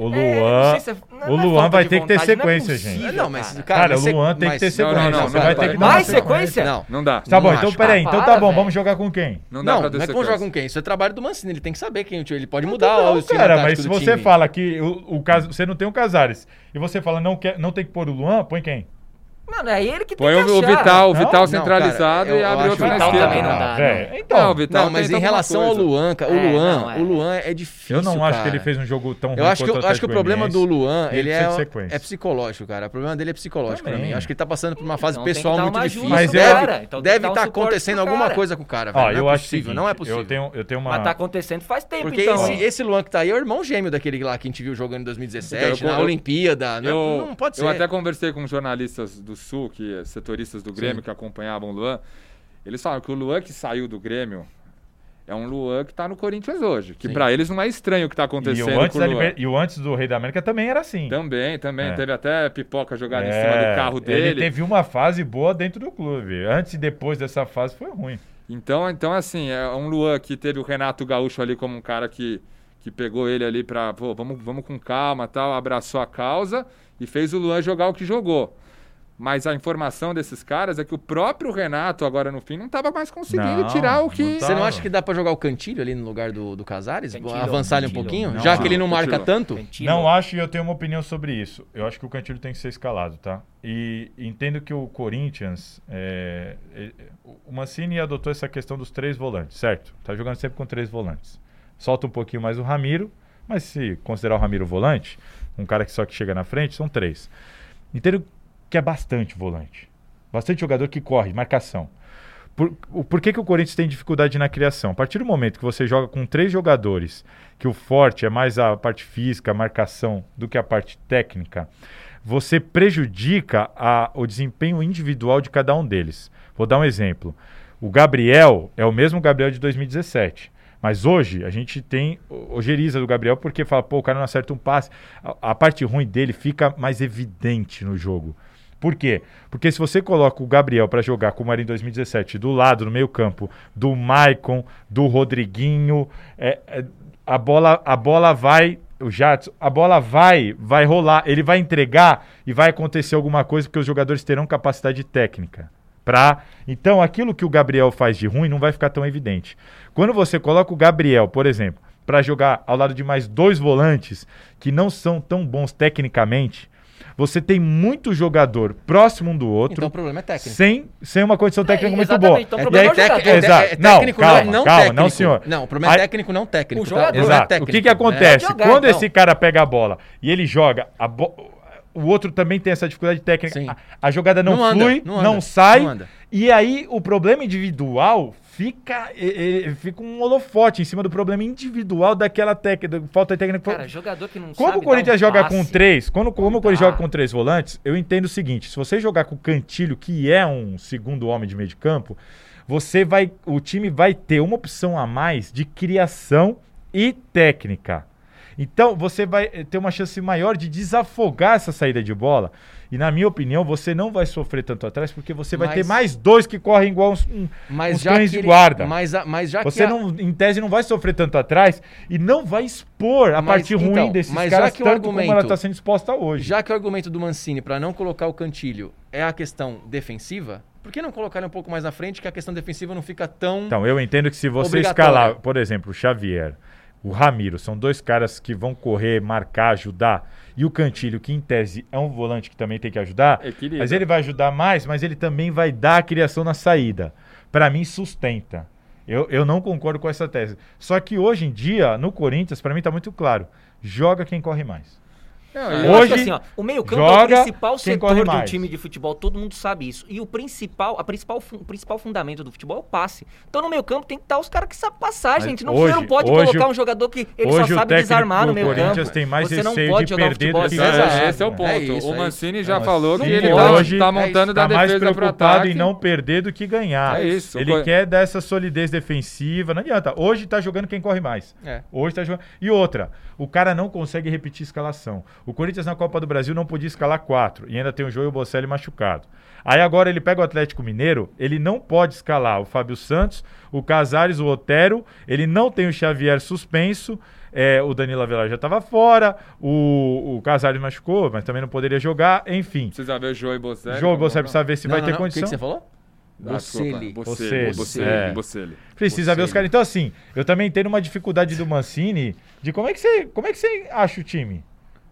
Luan vai ter que ter sequência, gente. Não, mas... Cara, o Luan tem que ter sequência. Você vai ter que dar mais sequência? Não dá. Tá bom, então peraí. Então tá bom, vamos jogar com quem? Não é como jogar com quem. Isso é trabalho do Mancini. Ele tem que saber quem ele pode mudar o estilo tático do time. Mas se você fala que você não tem o Casares e você fala não tem que pôr o Luan, põe quem? Mano, é ele que tem que achar. o Vital centralizado e abre outro na esquerda. Também não dá. Então, o Vital mas em relação ao Luan, o Luan é difícil. Eu não acho que ele fez um jogo tão ruim. Eu acho que o problema do Luan, ele é psicológico, cara. O problema dele é psicológico pra mim. Eu acho que ele tá passando por uma fase Então pessoal muito difícil. Mas deve estar acontecendo alguma coisa com o cara, velho. Não é possível, não é possível. Eu tenho uma... Mas tá acontecendo faz tempo, porque então. Esse Luan que tá aí é o irmão gêmeo daquele lá que a gente viu jogando em 2017, na Olimpíada. Não pode ser. Eu até conversei com jornalistas do Sul, setoristas do Grêmio que acompanhavam o Luan. Eles falam que o Luan que saiu do Grêmio é um Luan que tá no Corinthians hoje. Que pra eles não é estranho o que tá acontecendo com o Luan. E o antes do Rei da América também era assim. Também. Teve até pipoca jogada em cima do carro dele. Ele teve uma fase boa dentro do clube. Antes e depois dessa fase foi ruim. Então assim, é um Luan que teve o Renato Gaúcho ali como um cara que pegou ele ali pra... Pô, vamos com calma, tal, abraçou a causa e fez o Luan jogar o que jogou. Mas a informação desses caras é que o próprio Renato, agora no fim, não estava mais conseguindo tirar o que... Você não acha que dá pra jogar o Cantilho ali no lugar do Casares? Avançar ele um pouquinho? Não, já que ele não marca tanto? Não acho, e eu tenho uma opinião sobre isso. Eu acho que o Cantilho tem que ser escalado, tá? E entendo que o Corinthians... o Mancini adotou essa questão dos 3 volantes, certo? Tá jogando sempre com 3 volantes. Solta um pouquinho mais o Ramiro, mas se considerar o Ramiro volante, um cara que só que chega na frente, são 3. Entendo que é bastante volante. Bastante jogador que corre, marcação. Por que o Corinthians tem dificuldade na criação? A partir do momento que você joga com 3 jogadores, que o forte é mais a parte física, a marcação, do que a parte técnica, você prejudica o desempenho individual de cada um deles. Vou dar um exemplo. O Gabriel é o mesmo Gabriel de 2017. Mas hoje a gente tem ojeriza do Gabriel porque fala, o cara não acerta um passe. A parte ruim dele fica mais evidente no jogo. Por quê? Porque se você coloca o Gabriel para jogar como era em 2017, do lado, no meio campo, do Maicon, do Rodriguinho, a bola vai... O Jadson, a bola vai rolar, ele vai entregar e vai acontecer alguma coisa porque os jogadores terão capacidade técnica. Então, aquilo que o Gabriel faz de ruim não vai ficar tão evidente. Quando você coloca o Gabriel, por exemplo, para jogar ao lado de mais 2 volantes que não são tão bons tecnicamente, você tem muito jogador próximo um do outro. Então o problema é técnico. Sem uma condição técnica muito boa. Então o problema é o jogador. Técnico não técnico. Não, senhor. Não, o problema é técnico, não técnico. O jogador exato. O que acontece? jogar, Quando esse cara pega a bola e ele joga... o outro também tem essa dificuldade técnica. Sim. A jogada não flui, anda, não sai. não anda. E aí o problema individual fica um holofote em cima do problema individual daquela técnica, falta técnica. Cara, jogador que não Como sabe o Corinthians dar um joga passe, com 3, como o Corinthians dá. joga com 3 volantes, eu entendo o seguinte: se você jogar com o Cantilho, que é um segundo homem de meio de campo, o time vai ter uma opção a mais de criação e técnica. Então, você vai ter uma chance maior de desafogar essa saída de bola. E, na minha opinião, você não vai sofrer tanto atrás, porque você vai ter mais 2 que correm igual uns cães de guarda. Mas já Você, em tese, não vai sofrer tanto atrás e não vai expor a parte ruim desses caras tanto como ela está sendo exposta hoje. Já que o argumento do Mancini para não colocar o Cantilho é a questão defensiva, por que não colocar ele um pouco mais na frente, que a questão defensiva não fica tão... Então, eu entendo que se você obrigatória. escalar, por exemplo, o Xavier, o Ramiro, são 2 caras que vão correr, marcar, ajudar, e o Cantilho, que em tese é um volante que também tem que ajudar, mas ele vai ajudar mais, mas ele também vai dar a criação na saída. Para mim, sustenta. Eu não concordo com essa tese. Só que hoje em dia, no Corinthians, para mim tá muito claro, joga quem corre mais. Eu acho assim, ó, o meio-campo é o principal setor do time de futebol, todo mundo sabe isso. E o principal fundamento do futebol é o passe. Então no meio-campo tem que estar os caras que sabem passar, gente. Você não pode colocar um jogador que ele só sabe desarmar no meio-campo. O Corinthians tem mais você não receio pode de jogar perder futebol do que assim. Esse é o ponto. O Mancini já falou que ele ele tá montando da mais defesa para preocupado ataque. em não perder do que ganhar. É isso. Ele quer dar essa solidez defensiva. Não adianta. Hoje tá jogando quem corre mais. Hoje tá jogando. E outra, o cara não consegue repetir escalação. O Corinthians na Copa do Brasil não podia escalar 4 e ainda tem o João e o Bocelli machucado. Aí agora ele pega o Atlético Mineiro, ele não pode escalar o Fábio Santos, o Casares, o Otero, ele não tem o Xavier suspenso, o Danilo Avelar já estava fora, o Casares machucou, mas também não poderia jogar, enfim. Precisa ver o João e Bocelli. João e Bocelli precisa ver se vai ter condição. O que você falou? Bocelli. Precisa ver os caras. Então assim, eu também tenho uma dificuldade do Mancini de como é que você acha o time?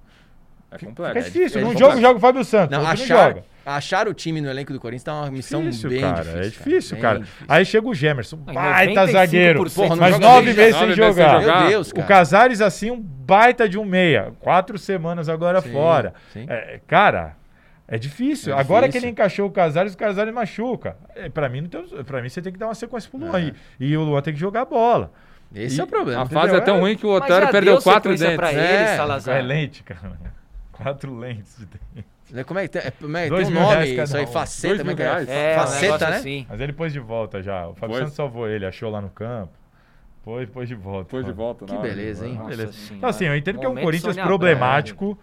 É complexo. É difícil. Num jogo joga o Fábio Santos, não joga. Achar o time no elenco do Corinthians tá uma missão difícil, bem cara, difícil. É difícil, bem cara. difícil. Aí chega o Gemerson, baita 95% zagueiro, Porra, mas joga 9 desde meses sem jogar. Meu Deus, cara. O Casares, assim, um baita de um meia. 4 semanas agora fora. Sim. Cara, é difícil. Agora que ele encaixou o Casares machuca. Pra mim você tem que dar uma sequência pro Luan. E o Luan tem que jogar a bola. Esse é o problema. A fase é tão ruim que o Otário perdeu 4 dentes. Pra ele, Salazar. É lente, cara. 4 lentes de dente. Como é que tem? Tem R$2 um nome cada isso aí, um. faceta, como é que é? Um Faceta, né? assim. Mas ele pôs de volta já. O Fábio Santos salvou ele, achou lá no campo. Pôs de volta. Pôs de volta, Que beleza, hein? Então, assim, eu entendo que é um Corinthians problemático.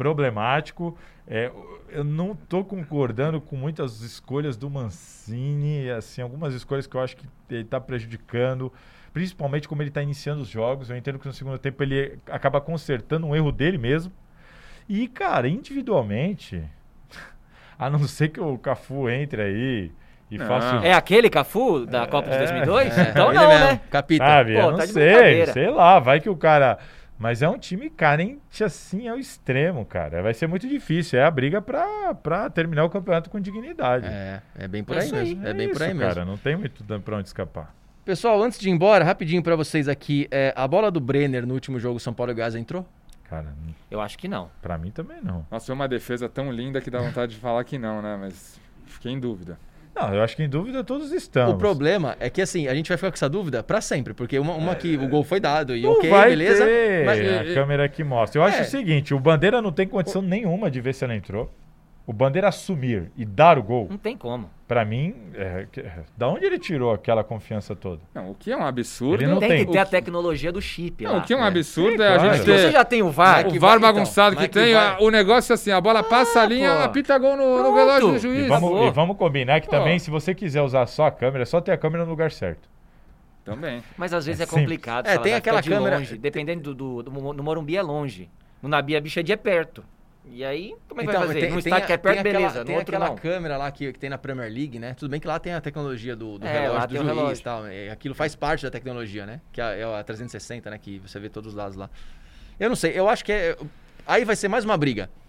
Eu não tô concordando com muitas escolhas do Mancini. Assim, algumas escolhas que eu acho que ele tá prejudicando. Principalmente como ele tá iniciando os jogos. Eu entendo que no segundo tempo ele acaba consertando um erro dele mesmo. E, cara, individualmente, a não ser que o Cafu entre aí e faça... É aquele Cafu da Copa de 2002? Então ele não, mesmo, né? Capita. Sabe, Pô, eu não tá de sei, brincadeira. sei lá, vai que o cara... Mas é um time carente assim ao extremo, cara. Vai ser muito difícil. É a briga pra terminar o campeonato com dignidade. É bem por aí mesmo. É bem por aí mesmo. Cara, não tem muito pra onde escapar. Pessoal, antes de ir embora, rapidinho pra vocês aqui. A bola do Brenner no último jogo São Paulo e Goiás entrou? Cara, eu acho que não. Pra mim também não. Nossa, foi uma defesa tão linda que dá vontade de falar que não, né? Mas fiquei em dúvida. Não, eu acho que em dúvida todos estamos. O problema é que, assim, a gente vai ficar com essa dúvida pra sempre, porque uma que o gol foi dado e não ok, vai beleza. Ter mas a câmera que mostra. Eu acho o seguinte, o Bandeira não tem condição nenhuma de ver se ela entrou. O Bandeira assumir e dar o gol... Não tem como. Pra mim, da onde ele tirou aquela confiança toda? Não, o que é um absurdo... Ele não tem que ter a tecnologia do chip não, lá. o que é um absurdo é a gente ter... Você já tem o VAR? O VAR bagunçado que tem, o negócio assim, a bola passa a linha, apita gol no relógio do juiz. E vamos combinar que também, se você quiser usar só a câmera, é só ter a câmera no lugar certo. Também. Mas às vezes é complicado. Tem aquela câmera... Longe. Dependendo no Morumbi é longe. No Nabi a bicha é perto. E aí, como é que vai fazer? No estádio que é perto, beleza. Tem no outro aquela não. câmera lá que tem na Premier League, né? Tudo bem que lá tem a tecnologia do relógio do juiz e tal. Aquilo faz parte da tecnologia, né? Que é a 360, né? Que você vê todos os lados lá. Eu não sei, eu acho que aí vai ser mais uma briga.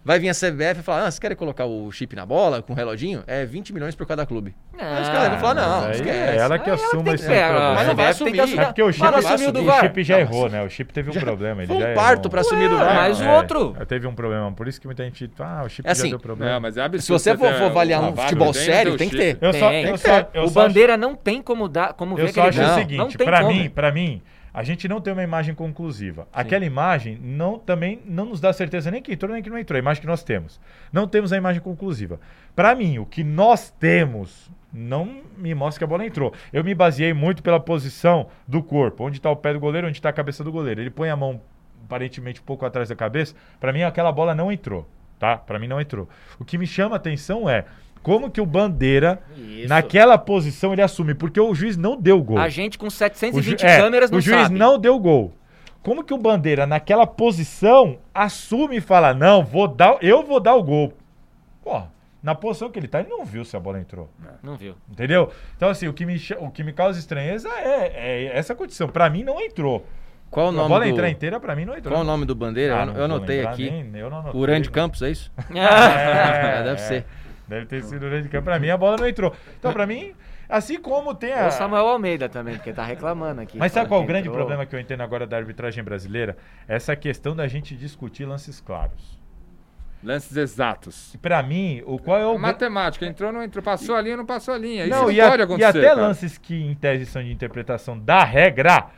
Vai vir a CBF e falar, vocês querem colocar o chip na bola com o reloginho? É 20 milhões por cada clube. Aí os caras vão falar, não, esquece. É ela que assuma esse problema. Mas não vai assumir. É porque o chip já errou, né? O chip teve um problema. Ele foi já um parto pra assumir do VAR. Mas o outro... Teve um problema, por isso que muita gente... o chip já deu problema. Não, mas é absurdo. Se você for avaliar um futebol sério, tem que ter. O Bandeira não tem como ver eu só acho o não seguinte, tem pra mim, a gente não tem uma imagem conclusiva. Aquela imagem também não nos dá certeza nem que entrou nem que não entrou, a imagem que nós temos. Não temos a imagem conclusiva. Pra mim, o que nós temos não me mostra que a bola entrou. Eu me baseei muito pela posição do corpo, onde tá o pé do goleiro, onde tá a cabeça do goleiro. Ele põe a mão aparentemente um pouco atrás da cabeça, pra mim aquela bola não entrou, tá? Pra mim não entrou. O que me chama a atenção é como que o Bandeira, naquela posição, ele assume? Porque o juiz não deu gol. A gente com 720 câmeras não sabe. O juiz não deu gol. Como que o Bandeira, naquela posição, assume e fala, não, eu vou dar o gol? Pô, na posição que ele tá, ele não viu se a bola entrou. Não viu. Entendeu? Então, assim, o que me causa estranheza é essa condição. Pra mim, não entrou. Qual o nome a bola entrar inteira, pra mim, não entrou. Qual o nome do Bandeira? Eu anotei aqui. Eu não anotei. Urânio de Campos, é isso? Deve ser. Deve ter sido o de campo. Pra mim, a bola não entrou. Então, pra mim, assim como tem O Samuel Almeida também, porque tá reclamando aqui. Mas sabe qual é o grande problema que eu entendo agora da arbitragem brasileira? Essa questão da gente discutir lances claros. Lances exatos. Pra mim, qual é o... Matemática, entrou, não entrou, passou a linha, não passou a linha. Isso não pode acontecer, e até cara. lances que, em tese, são de interpretação da regra,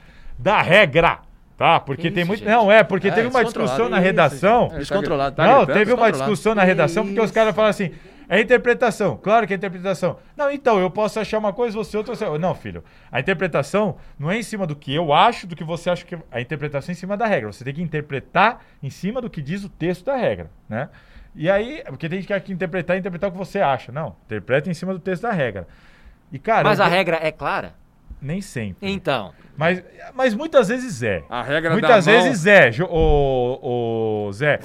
tá? Porque tem muito... Gente? Não, porque teve uma discussão na redação... Descontrolado. Teve uma discussão na redação porque os caras falam assim... É interpretação, claro que é interpretação. Não, então, eu posso achar uma coisa, você outra... Não, filho, a interpretação não é em cima do que eu acho, do que você acha que... A interpretação é em cima da regra. Você tem que interpretar em cima do que diz o texto da regra, né? E aí, porque tem gente que quer interpretar o que você acha. Não, interpreta em cima do texto da regra. E, cara... Mas a regra é clara? Nem sempre. Então... Mas muitas vezes é. A regra muitas da vezes mão... é. Zé.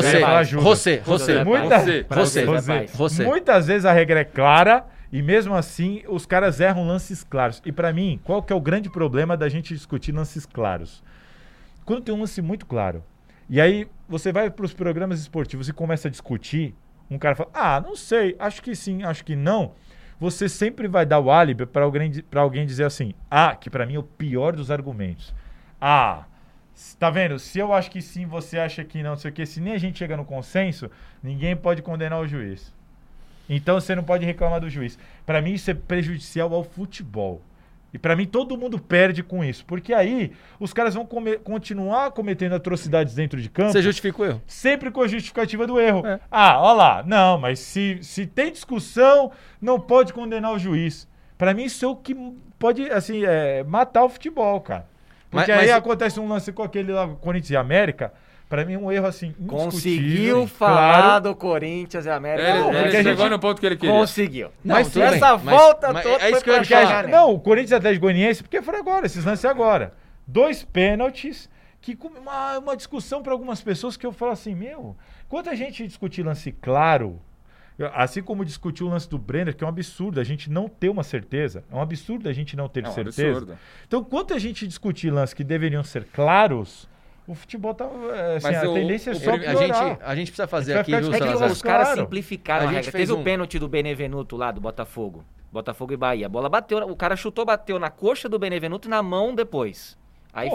Muitas vezes a regra é clara e mesmo assim os caras erram lances claros. E pra mim, qual que é o grande problema da gente discutir lances claros? Quando tem um lance muito claro, e aí você vai pros programas esportivos e começa a discutir, um cara fala, não sei, acho que sim, acho que não. Você sempre vai dar o álibi para alguém dizer assim, que pra mim é o pior dos argumentos. Tá vendo? Se eu acho que sim, você acha que não, não sei o quê. Se nem a gente chega no consenso, ninguém pode condenar o juiz. Então você não pode reclamar do juiz. Pra mim isso é prejudicial ao futebol. E pra mim todo mundo perde com isso. Porque aí os caras vão continuar cometendo atrocidades dentro de campo. Você justifica o erro. Sempre com a justificativa do erro. Olha lá. Não, mas se tem discussão, não pode condenar o juiz. Pra mim isso é o que pode, assim, matar o futebol, cara. Porque aí acontece um lance com aquele lá, Corinthians e América. Pra mim, um erro assim, conseguiu falar do Corinthians e América. Ele chegou no ponto que ele queria. Conseguiu. Mas essa volta toda é isso que eu ia falar. Não, o Corinthians e Atlético Goianiense, porque foram agora, esses lances agora. 2 pênaltis, que uma discussão para algumas pessoas que eu falo assim, quando a gente discutir lance claro, assim como discutiu o lance do Brenner, que é um absurdo a gente não ter uma certeza, é um absurdo a gente não ter certeza. Absurdo. Então, quando a gente discutir lances que deveriam ser claros... O futebol tá... Assim, a tendência é só piorar. A gente precisa fazer aqui... Os caras simplificaram a regra. Teve o pênalti do Benevenuto lá, do Botafogo. Botafogo e Bahia. A bola bateu... O cara bateu na coxa do Benevenuto e na mão depois. Aí,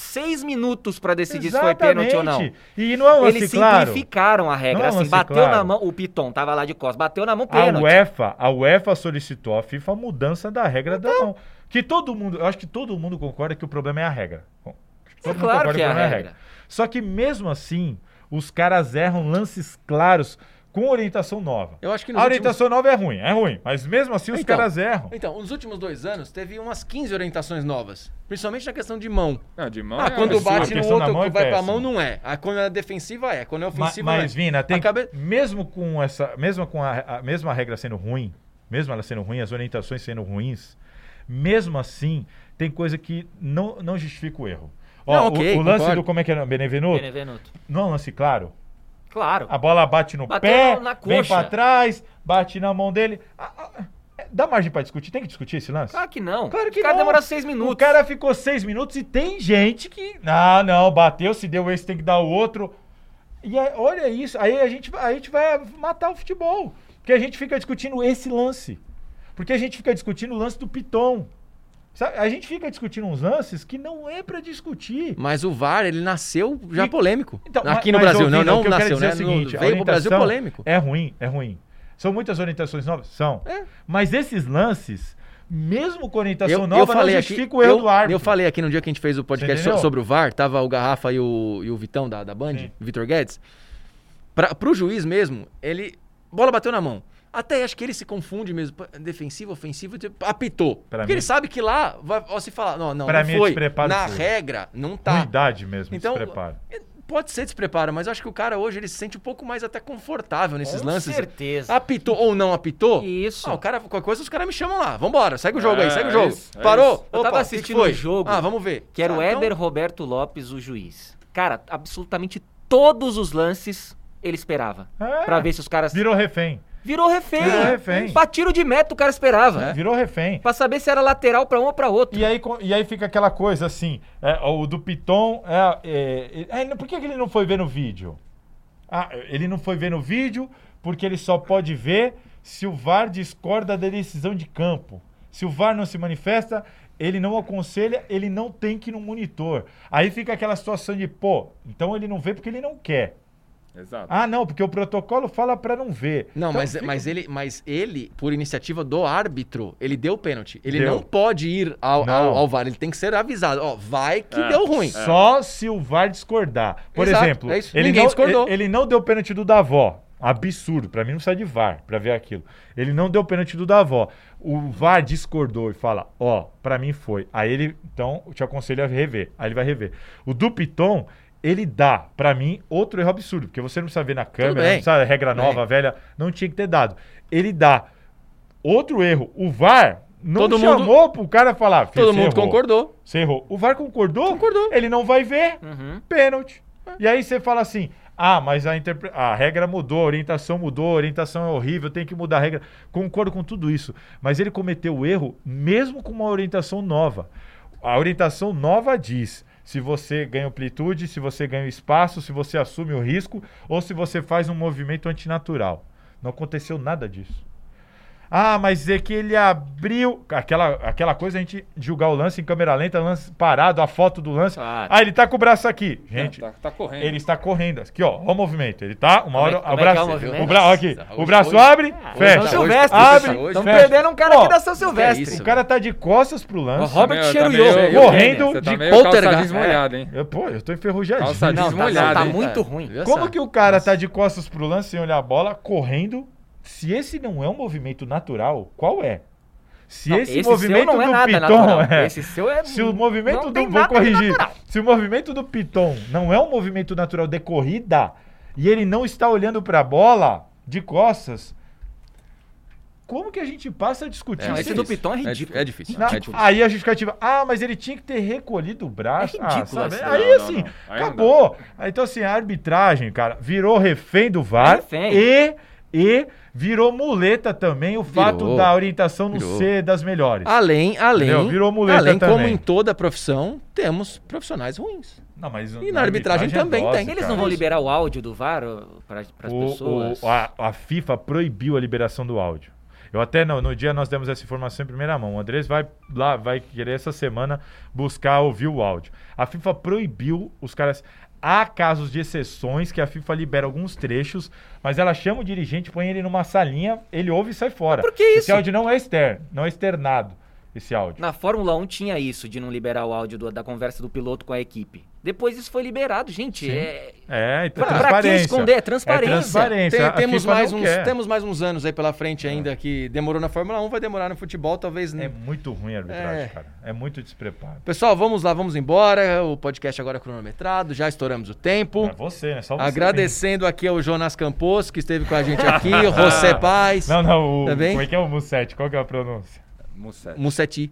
6 minutos pra decidir se foi pênalti ou não. E não é um lance claro. Eles simplificaram a regra. Assim, bateu na mão... O Piton tava lá de costas. Bateu na mão, pênalti. A UEFA solicitou à FIFA a mudança da regra da mão. Que todo mundo... Eu acho que todo mundo concorda que o problema é a regra. Claro que é a regra. Só que mesmo assim, os caras erram lances claros com orientação nova. Eu acho que a orientação nova é ruim. Mas mesmo assim os caras erram. Então, nos últimos 2 anos, teve umas 15 orientações novas. Principalmente na questão de mão. De mão quando bate no outro, vai pra mão, não é. Quando é defensiva, é. Quando é ofensiva, mas Vina, mesmo com a mesma regra sendo ruim, mesmo ela sendo ruim, as orientações sendo ruins, mesmo assim, tem coisa que não justifica o erro. O lance do, como é que é? Benevenuto? Não é um lance claro? Claro. A bola bate no pé, vem pra trás, bate na mão dele. Dá margem pra discutir? Tem que discutir esse lance? Claro que não. Claro que o cara demora 6 minutos. O cara ficou 6 minutos e tem gente que... Não, bateu, se deu esse tem que dar o outro. E aí, olha isso, aí a gente vai matar o futebol. Porque a gente fica discutindo esse lance. Porque a gente fica discutindo o lance do Piton. Sabe? A gente fica discutindo uns lances que não é pra discutir. Mas o VAR, ele nasceu já polêmico. Então, aqui no Brasil, ouvindo, não o que eu nasceu, quero dizer né? é o seguinte, Veio pro Brasil polêmico. É ruim. São muitas orientações novas? São. Mas esses lances, mesmo com orientação nova, não justifica o erro do árbitro. Eu falei aqui no dia que a gente fez o podcast sobre o VAR, tava o Garrafa e o Vitão da Band, o Vitor Guedes. Pro juiz mesmo, bola bateu na mão. Até acho que ele se confunde mesmo. Defensivo, ofensivo, apitou. Porque ele sabe que lá vai se falar. Não foi. Na regra, não tá. Ruindade mesmo, então, despreparo. Pode ser despreparo, mas eu acho que o cara hoje ele se sente um pouco mais até confortável nesses lances. Com certeza. Apitou ou não apitou? Isso. O cara, qualquer coisa, os caras me chamam lá. Vambora, segue o jogo aí, segue o jogo. Parou? Eu tava assistindo o jogo. Vamos ver. Que era o Éder Roberto Lopes, o juiz. Cara, absolutamente todos os lances ele esperava. Pra ver se os caras... Virou refém. Virou refém. Pra tiro de meta o cara esperava. Virou refém. Pra saber se era lateral pra um ou pra outro. E aí fica aquela coisa assim, o do Piton, por que ele não foi ver no vídeo? Ele não foi ver no vídeo porque ele só pode ver se o VAR discorda da decisão de campo. Se o VAR não se manifesta, ele não aconselha, ele não tem que ir no monitor. Aí fica aquela situação de, então ele não vê porque ele não quer. Exato. Não, porque o protocolo fala pra não ver. Não, então, mas ele, por iniciativa do árbitro, ele deu pênalti. Ele não pode ir ao VAR, ele tem que ser avisado. Vai que deu ruim. Só se o VAR discordar. Por exemplo, ninguém discordou. Ele não deu pênalti do Davó. Absurdo, pra mim não sai de VAR pra ver aquilo. Ele não deu pênalti do Davó. O VAR discordou e fala, pra mim foi. Aí ele, então, eu te aconselho a rever. Aí ele vai rever. O do Piton... Ele dá, pra mim, outro erro absurdo, porque você não precisa ver na câmera, não precisa regra nova, velha, não tinha que ter dado. Ele dá outro erro. O VAR não chamou pro cara falar. Todo mundo concordou. Você errou. O VAR concordou? Ele não vai ver. Pênalti. E aí você fala assim, mas a regra mudou, a orientação é horrível, tem que mudar a regra. Concordo com tudo isso. Mas ele cometeu o erro mesmo com uma orientação nova. A orientação nova diz... Se você ganha amplitude, se você ganha espaço, se você assume o risco ou se você faz um movimento antinatural. Não aconteceu nada disso. Mas é que ele abriu... Aquela coisa, a gente julgar o lance em câmera lenta, lance parado, a foto do lance. Ele tá com o braço aqui. Gente, tá correndo. Ele está correndo. Aqui, ó o movimento. Ele tá, uma hora... O o braço abre, fecha. São Silvestre. Abre, estão perdendo um cara aqui da São Silvestre. O cara tá de costas pro lance. O Robert Cheruiot. Morrendo de poltergeist. molhado, hein? Eu tô enferrujadinho. Calçadinho molhado, tá muito ruim. Como que o cara tá de costas pro lance sem olhar a bola, correndo? Se esse não é um movimento natural, qual é? Se esse movimento do Piton esse seu é se o movimento do vou corrigir. Se o movimento do Piton não é um movimento natural de corrida e ele não está olhando para a bola de costas, como que a gente passa a discutir isso? Esse do Piton é ridículo. É difícil. Aí a justificativa, mas ele tinha que ter recolhido o braço. É ridículo. Aí assim, acabou. Então assim, a arbitragem, cara, virou refém do VAR e virou muleta também o fato da orientação não ser das melhores. Além, virou muleta também. Como em toda profissão, temos profissionais ruins. Mas e na arbitragem também tem. Eles não vão liberar o áudio do VAR para as pessoas? A FIFA proibiu a liberação do áudio. Eu até no dia nós demos essa informação em primeira mão. O Andrés vai querer essa semana buscar ouvir o áudio. A FIFA proibiu os caras... Há casos de exceções que a FIFA libera alguns trechos, mas ela chama o dirigente, põe ele numa salinha, ele ouve e sai fora. Por que isso? Esse áudio não é externo, não é externado, esse áudio. Na Fórmula 1 tinha isso, de não liberar o áudio da conversa do piloto com a equipe. Depois isso foi liberado, gente. Então pra que esconder? É transparência. Temos mais uns anos aí pela frente ainda que demorou na Fórmula 1, vai demorar no futebol, talvez... É muito ruim a arbitragem, cara. É muito despreparo. Pessoal, vamos lá, vamos embora. O podcast agora é cronometrado, já estouramos o tempo. É você, né? Só você. Agradecendo aqui ao Jonas Campos, que esteve com a gente aqui, José Paz. Não, como é que é o Musetti? Qual que é a pronúncia? Musetti,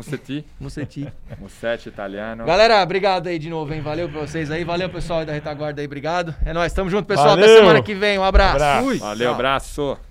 italiano. Galera, obrigado aí de novo, hein? Valeu pra vocês aí. Valeu, pessoal aí da retaguarda aí. Obrigado. É nóis, tamo junto, pessoal. Até semana que vem. Um abraço. Valeu, abraço.